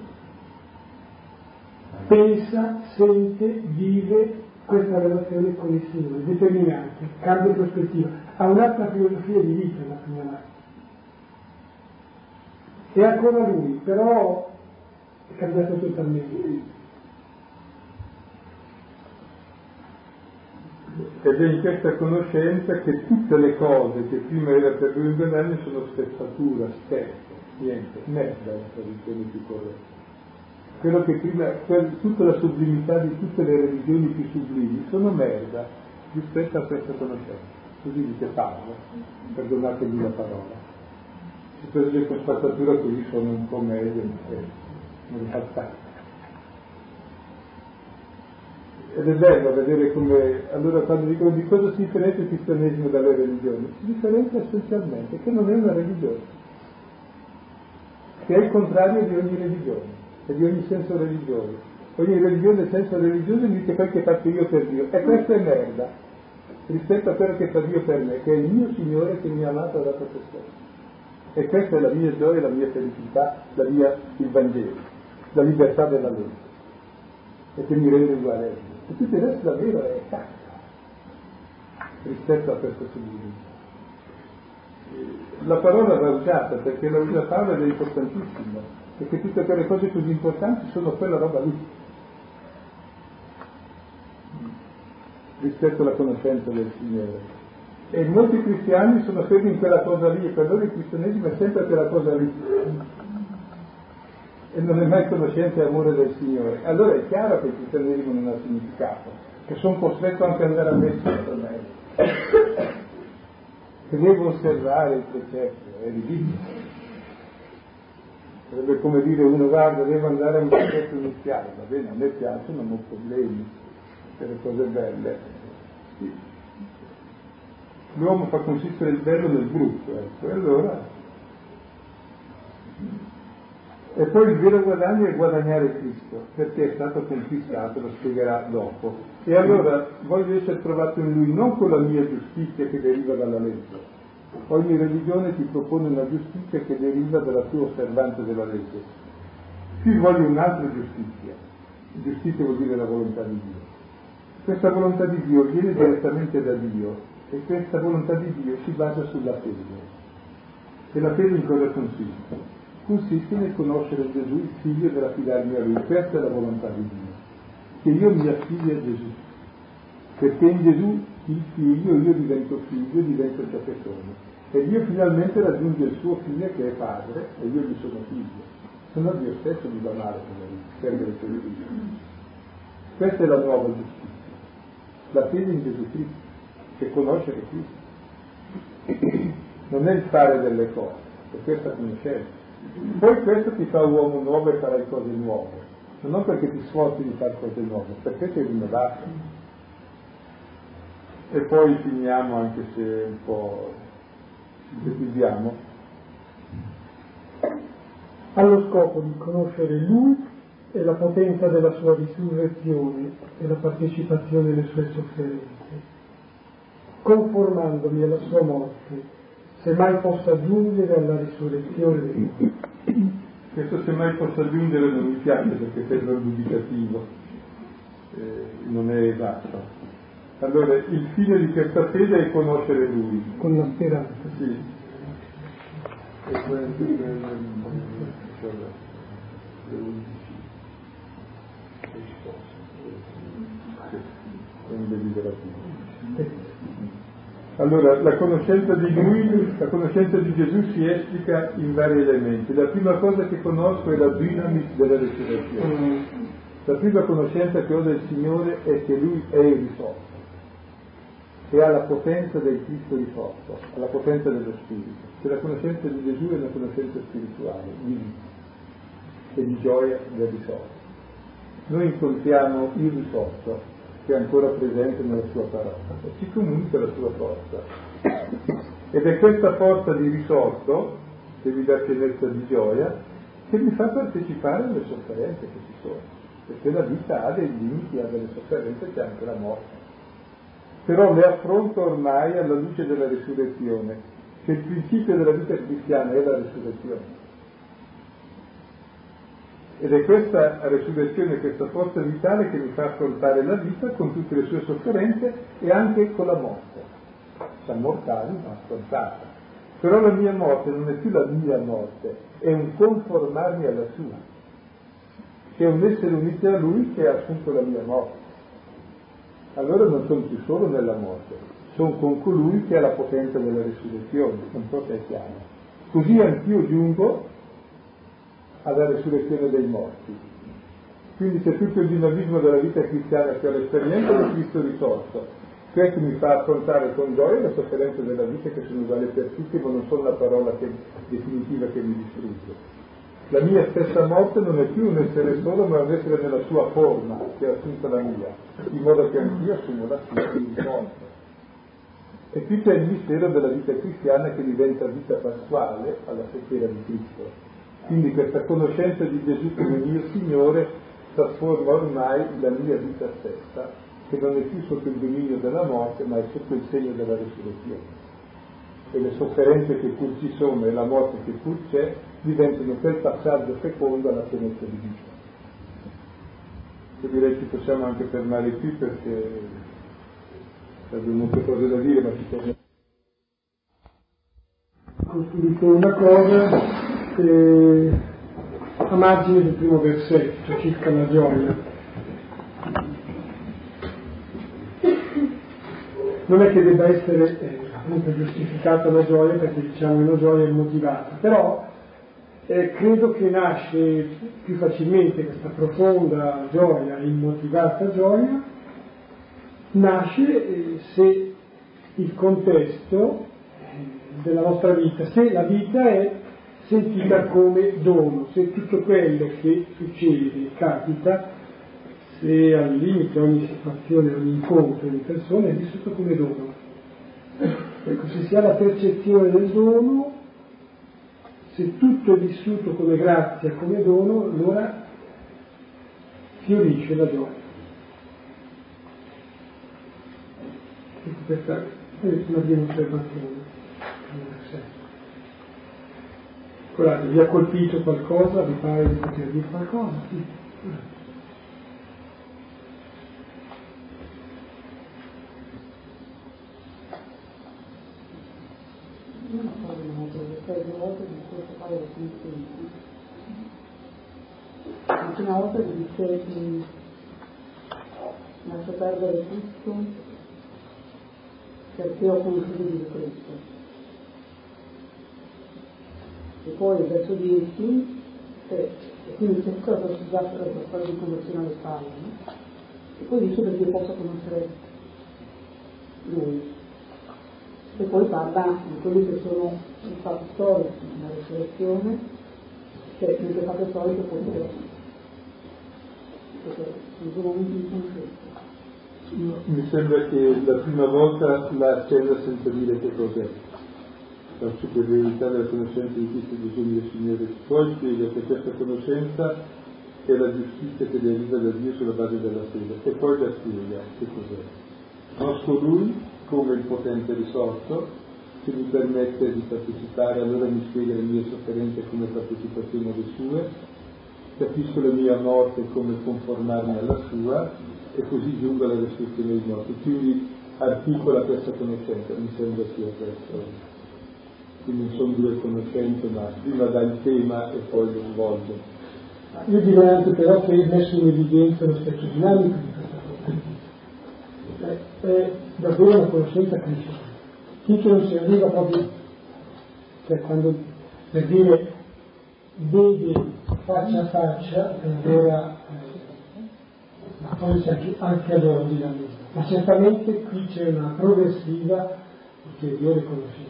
pensa, sente, vive questa relazione con il Signore, determinante, cambia prospettiva, ha un'altra filosofia di vita da prima parte. È ancora lui, però è cambiato totalmente. Ed è in questa conoscenza che tutte le cose che prima era per lui inganarmi sono spezzatura, scherzo, niente, merda è la traduzione più corretta. Quello che prima, tutta la sublimità di tutte le religioni più sublimi sono merda rispetto a questa conoscenza. Così dice Paolo, perdonatemi la parola. Se per esempio spazzatura così sono un po' meglio, in realtà. Ed è bello vedere come, allora quando dicono di cosa si differenzia il cristianesimo dalle religioni, si differenzia essenzialmente che non è una religione, che è il contrario di ogni religione e di ogni senso religioso. Ogni religione e senso religioso mi dice quel che faccio io per Dio, e questa è merda rispetto a quello che fa Dio per me, che è il mio Signore che mi ha amato e ha dato se stesso. E questa è la mia gioia, la mia felicità, il Vangelo, la libertà della legge, e che mi rende uguale a Dio. E tutto il resto davvero è cazzo rispetto a questa sublimità. La parola va usata perché la usa Paolo ed è importantissima, perché tutte quelle cose così importanti sono quella roba lì rispetto alla conoscenza del Signore. E molti cristiani sono fedeli in quella cosa lì, e per loro il cristianesimo è sempre quella cosa lì e non è mai conoscenza e amore del Signore. Allora è chiaro che il cristianesimo non ha significato, che sono costretto anche ad andare a messa per me, che devo osservare il precetto, è ridicolo. Sarebbe come dire uno guarda, devo andare a un precetto iniziale, va bene, a me piacciono, non ho problemi per le cose belle. Sì. L'uomo fa consistere il bello nel brutto, ecco, e allora... E poi il vero guadagno è guadagnare Cristo, perché è stato conquistato, lo spiegherà dopo. E allora voglio essere provato in Lui non con la mia giustizia che deriva dalla legge. Ogni religione ti propone una giustizia che deriva dalla tua osservanza della legge. Qui voglio un'altra giustizia. Giustizia vuol dire la volontà di Dio. Questa volontà di Dio viene direttamente da Dio, e questa volontà di Dio si basa sulla fede. E la fede in cosa consiste? Consiste nel conoscere Gesù, il figlio, e nell'affidarmi a Lui. Questa è la volontà di Dio, che io mi affidi a Gesù, perché in Gesù il figlio, io divento figlio, divento ciò che sono, e Dio finalmente raggiunge il suo figlio che è padre, e io gli sono figlio, se no Dio stesso mi va male perdere il suo figlio. Questa è la nuova giustizia, la fede in Gesù Cristo, che conoscere Cristo. Non è il fare delle cose, è questa conoscenza. Poi questo ti fa uomo nuovo e farai cose nuove, ma non perché ti sforzi di fare cose nuove, perché sei rinnovato. E poi finiamo, anche se un po' sintetizziamo, allo scopo di conoscere Lui e la potenza della sua risurrezione e la partecipazione alle sue sofferenze, conformandomi alla sua morte, se mai possa giungere alla risurrezione dei morti. Questo se mai possa giungere non mi piace perché sembra un dubitativo, non è esatto. Allora, il fine di questa fede è conoscere Lui. Con la speranza. Sì. E poi un desiderativo. Allora, la conoscenza di Lui, la conoscenza di Gesù si esplica in vari elementi. La prima cosa che conosco è la dinamis della resurrezione. La prima conoscenza che ho del Signore è che Lui è il risorto, che ha la potenza del Cristo risorto, ha la potenza dello Spirito. Che la conoscenza di Gesù è una conoscenza spirituale, di vita e di gioia del risorto. Noi incontriamo il risorto, che è ancora presente nella sua parola, e ci comunica la sua forza. Ed è questa forza di risorto, che mi dà pienezza di gioia, che mi fa partecipare alle sofferenze che ci sono, perché la vita ha dei limiti, ha delle sofferenze, c'è anche la morte. Però le affronto ormai alla luce della risurrezione, che il principio della vita cristiana è la risurrezione. Ed è questa resurrezione, questa forza vitale che mi fa affrontare la vita con tutte le sue sofferenze e anche con la morte. Sono mortali ma affrontata. Però la mia morte non è più la mia morte, è un conformarmi alla sua. È un essere unito a Lui che ha assunto la mia morte. allora non sono più solo nella morte, sono con colui che ha la potenza della risurrezione, non so se è chiaro. Così anch'io giungo alla risurrezione dei morti. Quindi c'è tutto il dinamismo della vita cristiana che ho l'esperienza di Cristo risorto. Questo mi fa affrontare con gioia le sofferenze della vita che sono uguali per tutti, ma non sono la parola definitiva che mi distrugge. La mia stessa morte non è più un essere solo, ma un essere nella sua forma, che ha assunto la mia, in modo che anch'io assumo la sua di risorto. E qui c'è il mistero della vita cristiana che diventa vita pasquale alla sera di Cristo. Quindi questa conoscenza di Gesù come mio Signore trasforma ormai la mia vita stessa, che non è più sotto il dominio della morte, ma è sotto il segno della risurrezione. E le sofferenze che pur ci sono e la morte che pur c'è diventano quel passaggio fecondo alla pienezza di vita. Io direi che possiamo anche fermare qui perché abbiamo molte cose da dire, ma ci torniamo. Dico una cosa a margine del primo versetto, circa la gioia. Non è che debba essere appunto giustificata la gioia, perché diciamo che la gioia è motivata, però credo che nasce più facilmente questa profonda gioia, immotivata gioia, nasce se il contesto della nostra vita, se la vita è sentita come dono, se tutto quello che succede, capita, se al limite ogni situazione, ogni incontro di persone è vissuto come dono. Ecco, se si ha la percezione del dono, se tutto è vissuto come grazia, come dono, allora fiorisce la gioia. Ecco, questa è una prima osservazione. Guardate, vi ha colpito qualcosa? Vi pare di poter dire qualcosa? Sì. La prima volta che dice lascio perdere tutto perché ho conosciuto Gesù Cristo. E poi il verso 10, e quindi c'è cosa già per la storia di conversione alle spalle, no? E poi dice perché posso conoscere Lui. E poi parla di quelli che sono i fatti storici, la risurrezione, che in quei fatti storici può dire, perché in quei momenti di conoscenza. Mi sembra che la prima volta la accenda senza dire che cos'è. La superiorità della conoscenza di Cristo Gesù mio Signore. Poi spiega che questa conoscenza è la giustizia che deriva da Dio sulla base della fede, e poi la spiega che cos'è. Conosco Lui come il potente risorto che mi permette di partecipare, allora mi spiega le mie sofferenze come partecipazione alle sue, capisco la mia morte come conformarmi alla sua e così giungo alla resurrezione dei morti. Quindi articola questa conoscenza, mi sembra sia questo. Quindi non sono due conoscenze, ma prima dà il tema e poi lo svolge. Io direi anche però che è messo in evidenza l'aspetto dinamico di questa cosa. È davvero una conoscenza critica. Finché non si arriva proprio, cioè quando per dire vede faccia a faccia, allora ma poi c'è anche allora dinamismo. Ma certamente qui c'è una progressiva ulteriore conoscenza.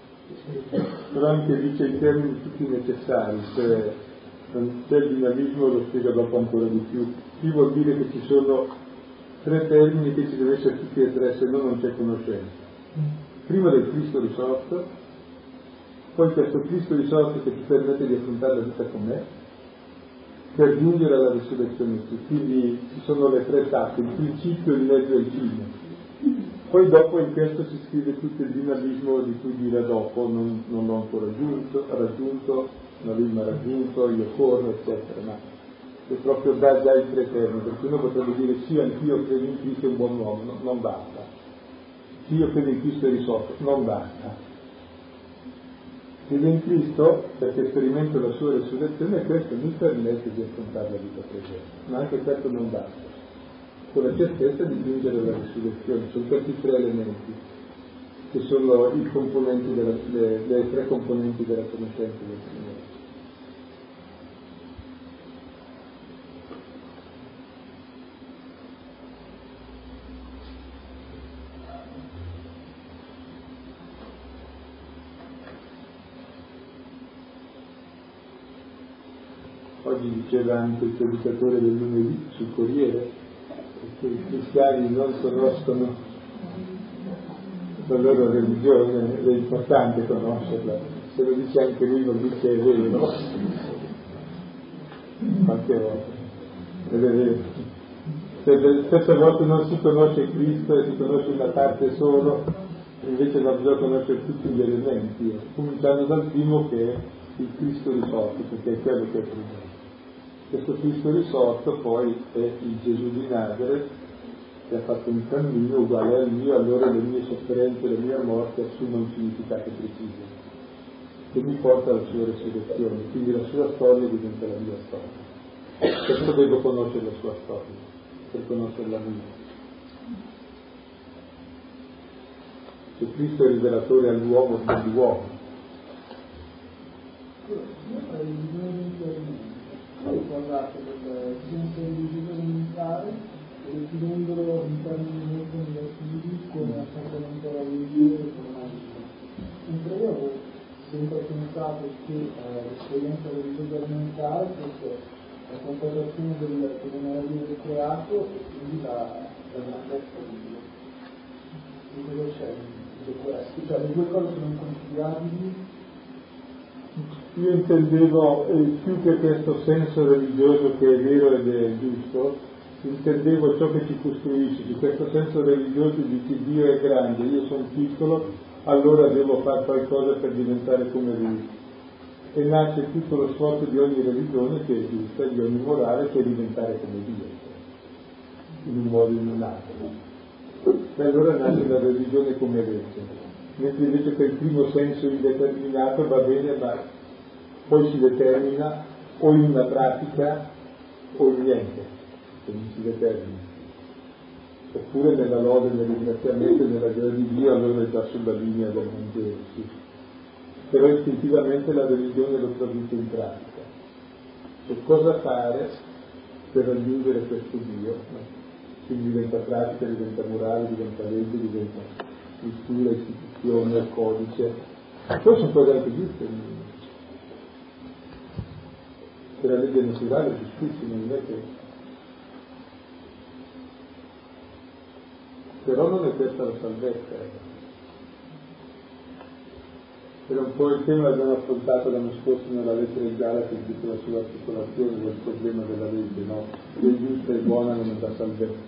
Però anche dice i termini tutti necessari, cioè non c'è il dinamismo, lo spiega dopo ancora di più. Qui vuol dire che ci sono tre termini che ci deve essere tutti e tre, se no non c'è conoscenza. Prima del Cristo risorto, poi questo Cristo risorto che ti permette di affrontare la vita con me, per giungere alla risurrezione. Quindi ci sono le tre tappe, il principio, il mezzo e il fine. Poi dopo in questo si scrive tutto il dinamismo di cui dire dopo, non l'ho ancora raggiunto, non l'ho raggiunto, io corro, eccetera, ma è proprio da già i tre termini, perché uno potrebbe dire sì, anch'io credo in Cristo è un buon uomo, non basta. Sì, io credo in Cristo è risorto, non basta. Credo in Cristo perché sperimento la sua risurrezione e questo mi permette di affrontare la vita presente, ma anche questo non basta. con la certezza di giungere alla risurrezione. Sono questi tre elementi che sono i componenti le tre componenti della conoscenza del Signore. Oggi diceva anche il predicatore del lunedì sul Corriere che i cristiani non conoscono la loro religione, è importante conoscerla. Se lo dice anche lui non dice è vero, qualche volta, ed è vero. Certe volte non si conosce Cristo e si conosce una parte solo, invece non bisogna conoscere tutti gli elementi, cominciando dal primo che è il Cristo risorto, perché è quello che è primo. Questo Cristo risorto poi è il Gesù di Nazareth, che ha fatto un cammino uguale al mio, allora le mie sofferenze, la mia morte assumono un significato preciso, che mi porta alla sua resurrezione, quindi la sua storia diventa la mia storia. Perciò devo conoscere la sua storia, per conoscere la mia. Se Cristo è rivelatore all'uomo dell'uomo. Ho parlato del senso religioso e definendolo in termini molto negativi come appartenente alla religione e formalismo. Mentre io ho sempre pensato che l'esperienza religiosa elementare fosse la constatazione che non era Dio creato e quindi la grandezza di Dio. Di cosa c'è in questo? Cioè le due cose sono inconciliabili. Io intendevo, più che questo senso religioso che è vero ed è giusto, intendevo ciò che ci costruisce. Su questo senso religioso dici Dio è grande, io sono piccolo, allora devo fare qualcosa per diventare come Lui. E nasce tutto lo sforzo di ogni religione che è giusta, di ogni morale, che è diventare come Dio, in un modo o in un altro. E allora nasce la religione come legge. Mentre invece quel primo senso indeterminato va bene, ma poi si determina o in una pratica o in niente, che non si determina. Oppure nella lode, nel ringraziamento e nella gioia di Dio, allora è già sulla linea del Vangelo, sì. Però istintivamente la religione lo traduce in pratica. Cioè cosa fare per raggiungere questo Dio? Quindi diventa pratica, diventa morale, diventa legge, diventa struttura, istituzione, codice. Poi sono cose anche giuste. Se la legge naturale è giustissima, non è che... Però non è questa la salvezza. Era un po' il tema che abbiamo affrontato l'anno scorso nella lettera di Galati, che la sua articolazione del problema della legge, no? Che è giusta e buona non dà salvezza.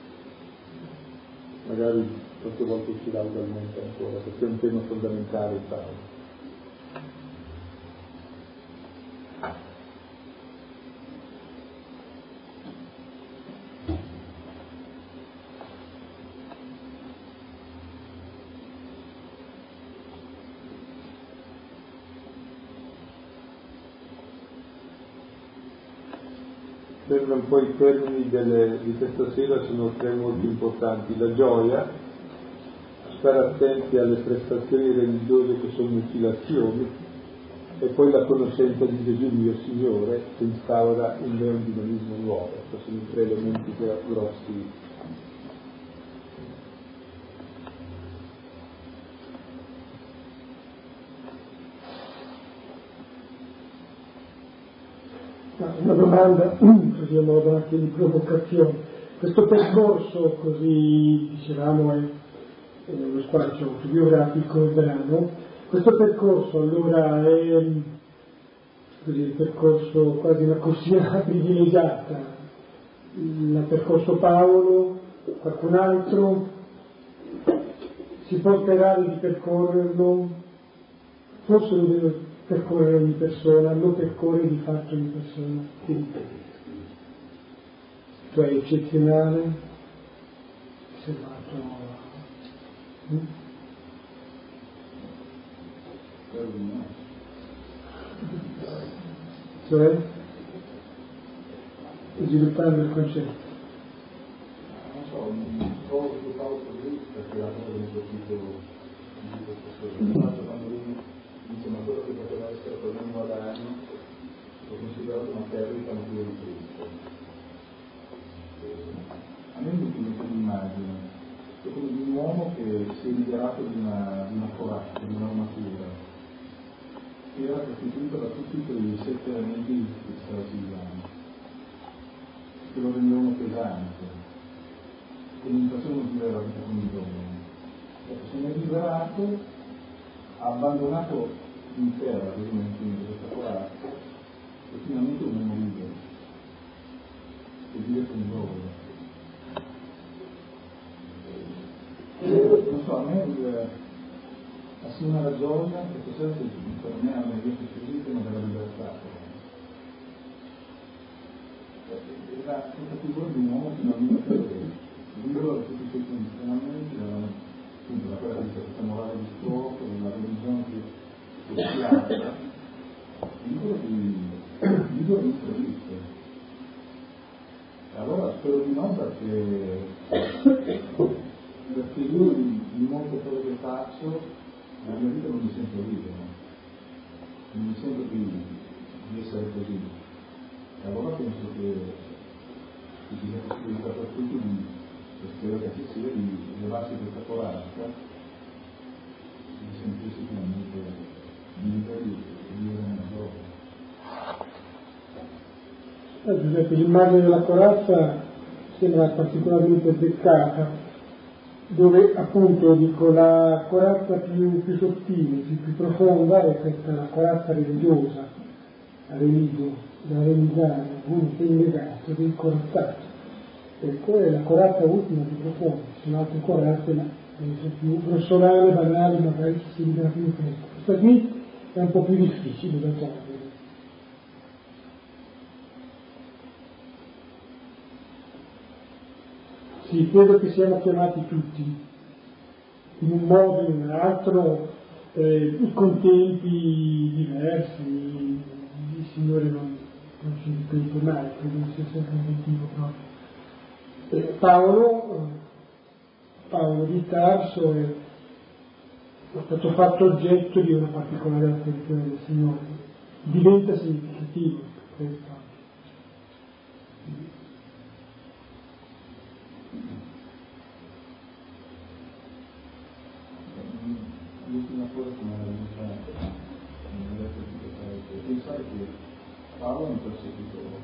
Magari qualche volta uscirà ugualmente ancora, perché è un tema fondamentale il Paolo. Sembra un po' i termini di questa sera sono tre molto importanti: la gioia, stare attenti alle prestazioni religiose che sono mutilazioni, e poi la conoscenza di Gesù mio Signore che instaura in me un dinamismo nuovo. Questi sono i tre elementi grossi. Una domanda, così a modo anche di provocazione. Questo percorso, così dicevamo, è lo squarcio autobiografico del brano. Questo percorso allora è così, il percorso quasi una corsia privilegiata, il percorso Paolo, qualcun altro, si può sperare di percorrerlo, forse lo deve percorrere ogni persona, lo percorre di fatto ogni persona, sì. Cioè è eccezionale, osservato. Cioè sviluppando il concetto. che la cosa mi ha colpito quando lui dice ma quello che poteva essere per me un guadagno l'ho considerato una perdita motivo di Cristo. A me mi immagino è come di un uomo che si è liberato di una corazza, di un'armatura che era costituita da tutti quei 7 elementi che stava citando, che lo rendevano pesante, che mi facevano vivere la vita con bisogno. Ecco, se ne è liberato, ha abbandonato in terra questa corazza e finalmente un uomo libero, che vive con loro. Non so, a me assomma la gioia, questo senso per me ha una vita così il tema della libertà. Era questa figura di un uomo finalmente libero da tutti i suoi condizionamenti, appunto da quella di questa morale di scopo, della religione che si alza, libero di servizio. E allora spero di no perché io in molte cose che faccio nella mia vita non mi sento libero, non mi sento di essere così. E allora penso che ci sia possibilità per tutti e spero che ci sia di levarsi questa corazza, di sentirsi finalmente liberi e vivere nella gioia. Giuseppe, l'immagine della corazza sembra particolarmente beccata, dove appunto dico la corazza più sottile, più profonda è questa la corazza religiosa, la religio, da realizzare, uno che è inlegato, che è incorazzato. Ecco, è la corazza ultima più profonda, ci sono altre corazze, ma più grossolane, banali, magari si libera più in tempo. Questa qui è un po' più difficile da togliere. Sì, credo che siamo chiamati tutti, in un modo o in un altro, con tempi diversi. Il Signore non ci ripete mai, credo sia sempre un motivo proprio. Paolo di Tarso è stato fatto oggetto di una particolare attenzione del Signore, diventa significativo questo. L'ultima cosa che mi è venuta pensare che Paolo è un persecutore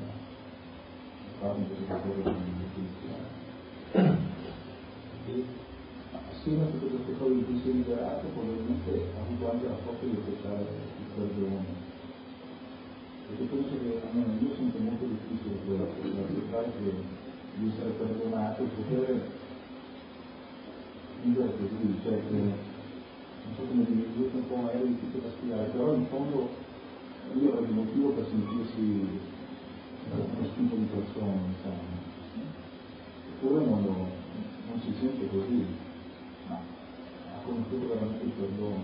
e assieme a tutte queste cose in cui si è liberato probabilmente ha avuto anche la forza di accettare il perdono, perché penso che almeno io sento molto difficile accettare di essere perdonato, poter vivere così, cioè che non so come dire, un po' magari difficile da spiegare, però in fondo io avrei un motivo per sentirsi uno schifo di persona, insomma. Eppure non si sente così, ma ha conosciuto veramente il perdono.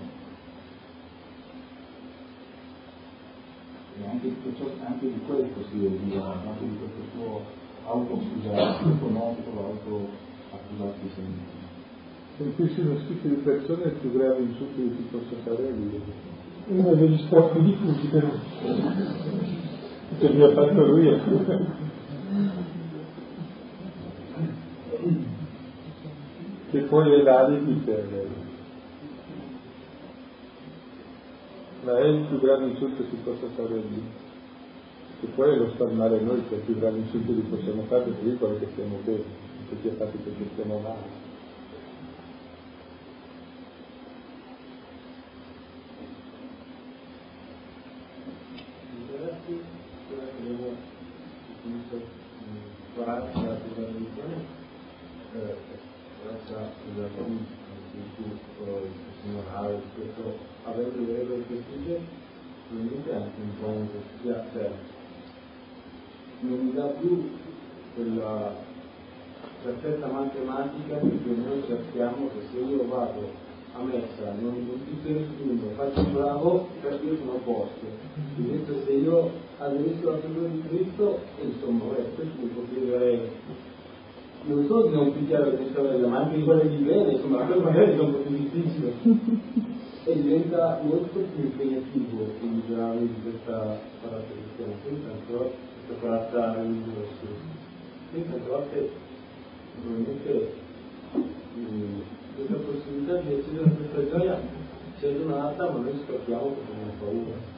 E anche di questo si è liberato, anche di questo suo autoscusarsi, autoaccusarsi sempre. Sentirsi uno schifo di persone è il più grave insulto che si possa fare a lui. Uno degli sport diffusi però. Che mi ha fatto lui. Che poi è l'alibi per... Ma è il più grande insulto che si possa fare a lui. Che poi è lo star male a noi, che è il più grande insulto che possiamo fare, perché lui vuole che stiamo bene, che sia fatto perché stiamo male. Avendo le regole precise, probabilmente anche un po' cioè, non mi dà più quella perfetta matematica perché noi sappiamo che se io vado a messa, non dico nessuno, faccio il bravo, perché io sono a posto. Invece se io aderisco alla figura di Cristo, insomma, questo mi può chiedere non solo di non picchiare la sorella, ma anche di volergli bene, insomma, quello magari è un po' più difficile e diventa molto più impegnativo il grado di questa caratteristica, quindi ancora questa corazza religiosa. Quindi tante volte probabilmente questa possibilità di accedere a questa gioia c'è donata, ma noi scappiamo perché abbiamo paura.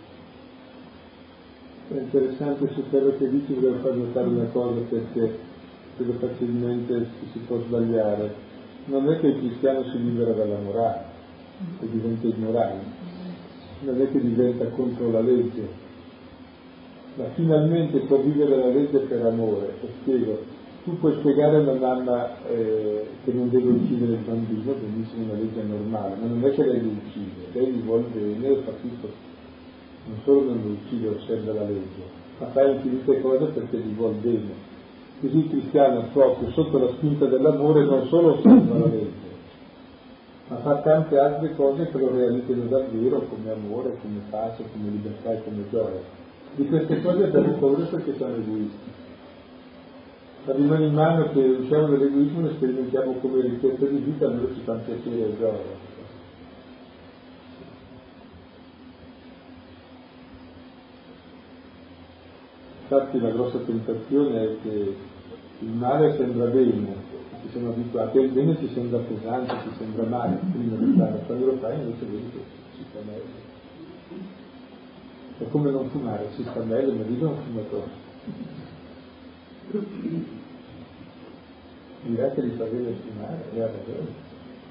È interessante su quello che dici, volevo far notare una cosa perché credo facilmente si può sbagliare. Non è che il cristiano si libera dalla morale e diventa immorale, non è che diventa contro la legge, ma finalmente può vivere la legge per amore. E spiego, tu puoi spiegare a una mamma che non deve uccidere il bambino, benissimo, una legge normale, ma non è che lei lo uccide, lei gli vuole bene e fa tutto. Non solo non lo uccide, osserva la legge, ma fa infinite cose perché gli vuol bene. Così il cristiano proprio sotto la spinta dell'amore non solo osserva la legge, ma fa tante altre cose che lo realizzano davvero come amore, come pace, come libertà e come gioia. Di queste cose abbiamo paura perché siamo egoisti. Abbiamo in mano che usciamo dall'egoismo e sperimentiamo come ricchezza di vita, allora ci fa piacere e gioia. Infatti la grossa tentazione è che il male sembra bene, ci siamo abituati, e il bene ci sembra pesante, ci sembra male prima di fare, quando lo fai invece vedi che si sta meglio. È come non fumare, si sta meglio, ma dico un fumatore. Dirà che gli fa bene fumare, e ha ragione.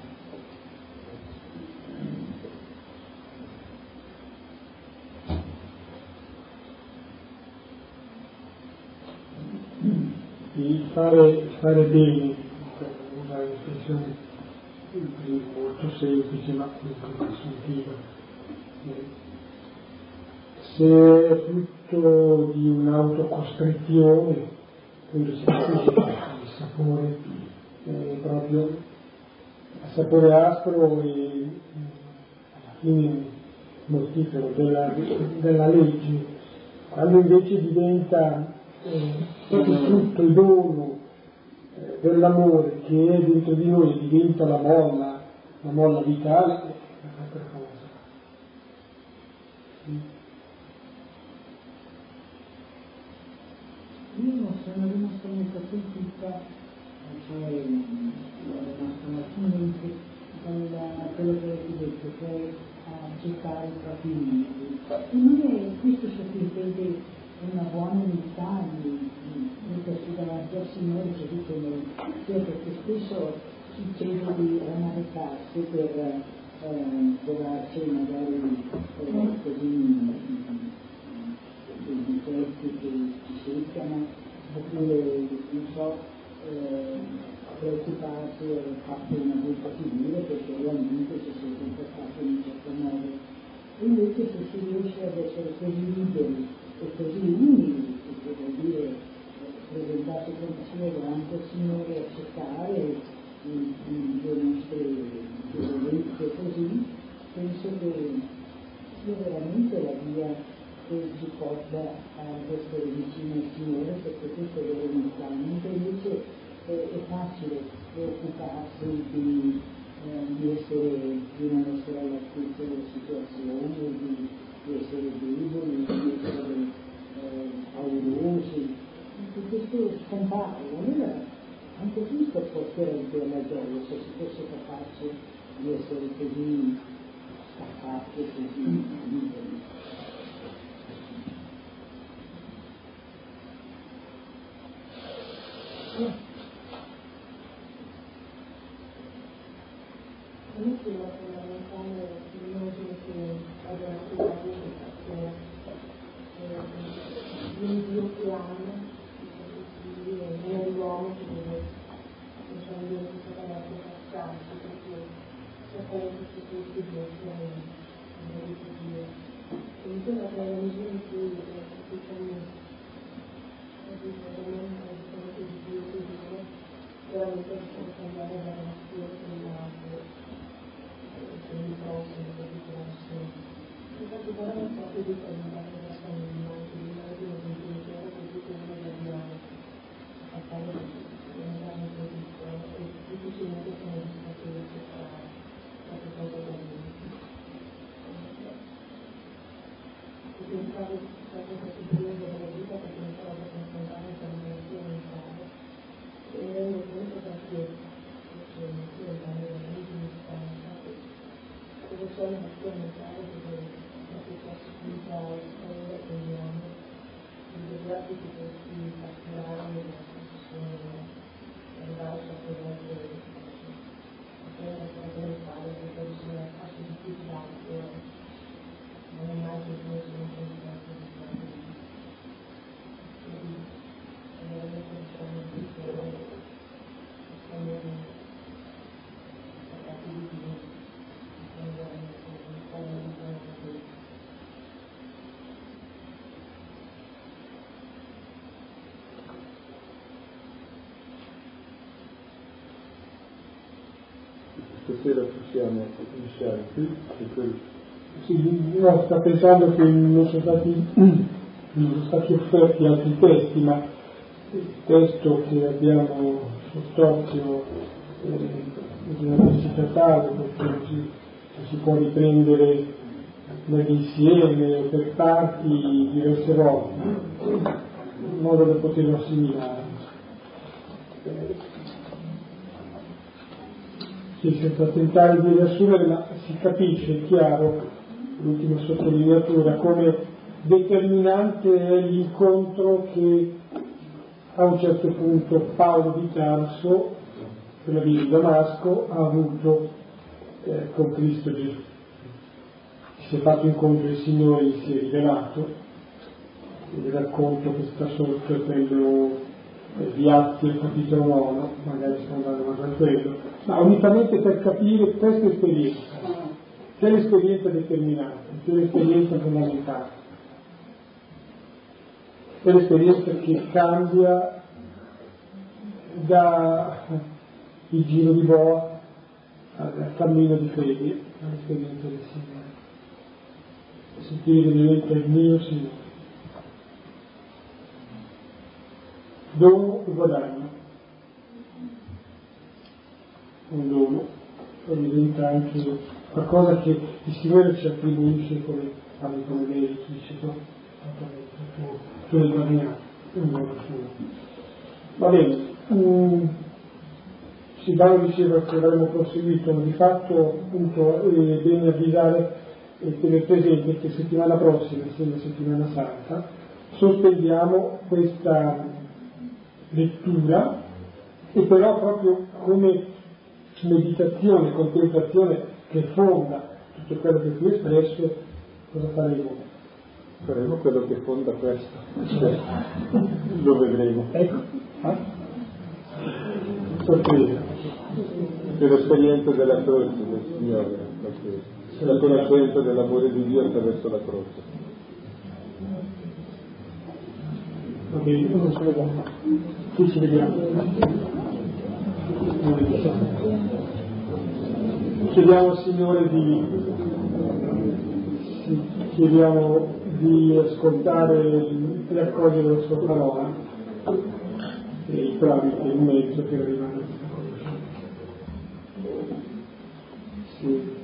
Di fare bene, usare un'espressione molto semplice ma molto sostantiva. Se è frutto di un'autocostrizione, quello si capisce il sapore proprio il sapore aspro e alla fine mortifero della legge. Quando invece diventa proprio frutto e dono dell'amore che è dentro di noi, diventa la molla vitale, è un'altra cosa. Io sono rimasta molto colpita, cioè rimasta attinente da quello che hai detto, cioè a cercare i propri limiti. E non è questo sottintende una buona unità di mettersi davanti al Signore così come sia, perché spesso succede di ramaricarsi per trovarci magari così dei difetti che ci cercano, oppure non so, preoccupati o fatto una brutta figura perché realmente ci si è comportato in un certo modo. E invece se si riesce ad essere così liberi e così umili, che vuol dire presentarsi con piacere davanti al Signore e accettare le nostre violenze così, penso che veramente la via che ci porta ad essere vicini al Signore, perché questo è l'unità, mentre invece è facile preoccuparsi di non essere all'altezza della situazione, di essere deboli, di essere paurosi. Tutto questo scompare, allora anche questo porterebbe alla gioia se si fosse capace di essere così staccati, così liberi. Comunque la fondamentale immagine che abbiamo trovato di Dio che ama, nell'uomo che deve pensare di sapere passarsi, perché sapere che si può studiare nella vita di Dio. proprio questo periodo della vita perché mi trovo a confrontare con la malattia mentale e mi rendo conto perché io parlo veramente di distanza dove c'è una malattia mentale dove proprio posso spingere paura che abbiamo di doverti che questi particolari sono arrivare a sapere che la malattia mentale che poi sono fatti di più d'altro non è mai che io sono considerato di fare quindi è veramente diciamo di sono stati di più sono veramente un po' di stasera possiamo iniziare qui Sì, no, sta pensando che non sono stati offerti altri testi, ma il testo che abbiamo sott'occhio della necessità tale, perché si può riprendere nell'insieme o per parti diverse volte, in modo da poterlo assimilare. Sì, senza tentare di riassumere, ma si capisce, è chiaro, l'ultima sottolineatura, come determinante è l'incontro che a un certo punto Paolo di Tarso, per la via di Damasco, ha avuto con Cristo Gesù. Si è fatto incontro il Signore, gli si è rivelato, vi racconto che sta sotto quello di Atti, capitolo 9, magari stiamo andando a quello, ma unicamente per capire questa esperienza, che è l'esperienza determinante, che è l'esperienza fondamentale, è l'esperienza che cambia da il giro di boa al cammino di fede, all'esperienza del Signore. Sentire che diventa il mio Signore. Dono e guadagno. Un dono, poi diventa anche qualcosa che il Signore ci attribuisce come merito, dice tu hai guadagnato, un dono suo. Va bene, Silvano diceva che avremmo proseguito, ma di fatto appunto è bene avvisare e tenere presente che settimana prossima, essendo settimana santa, sospendiamo questa lettura e però proprio come meditazione, contemplazione che fonda tutto quello che tu hai espresso, cosa faremo? Faremo quello che fonda questo, lo vedremo. Ecco, sorpresa. È l'esperienza della croce del Signore, la conoscenza dell'amore di Dio attraverso la croce. Va bene, non ci vediamo. Qui ci vediamo. Chiediamo al Signore di ascoltare e accogliere la sua parola e il tramite, il mezzo per arrivare a questa conoscenza. Sì.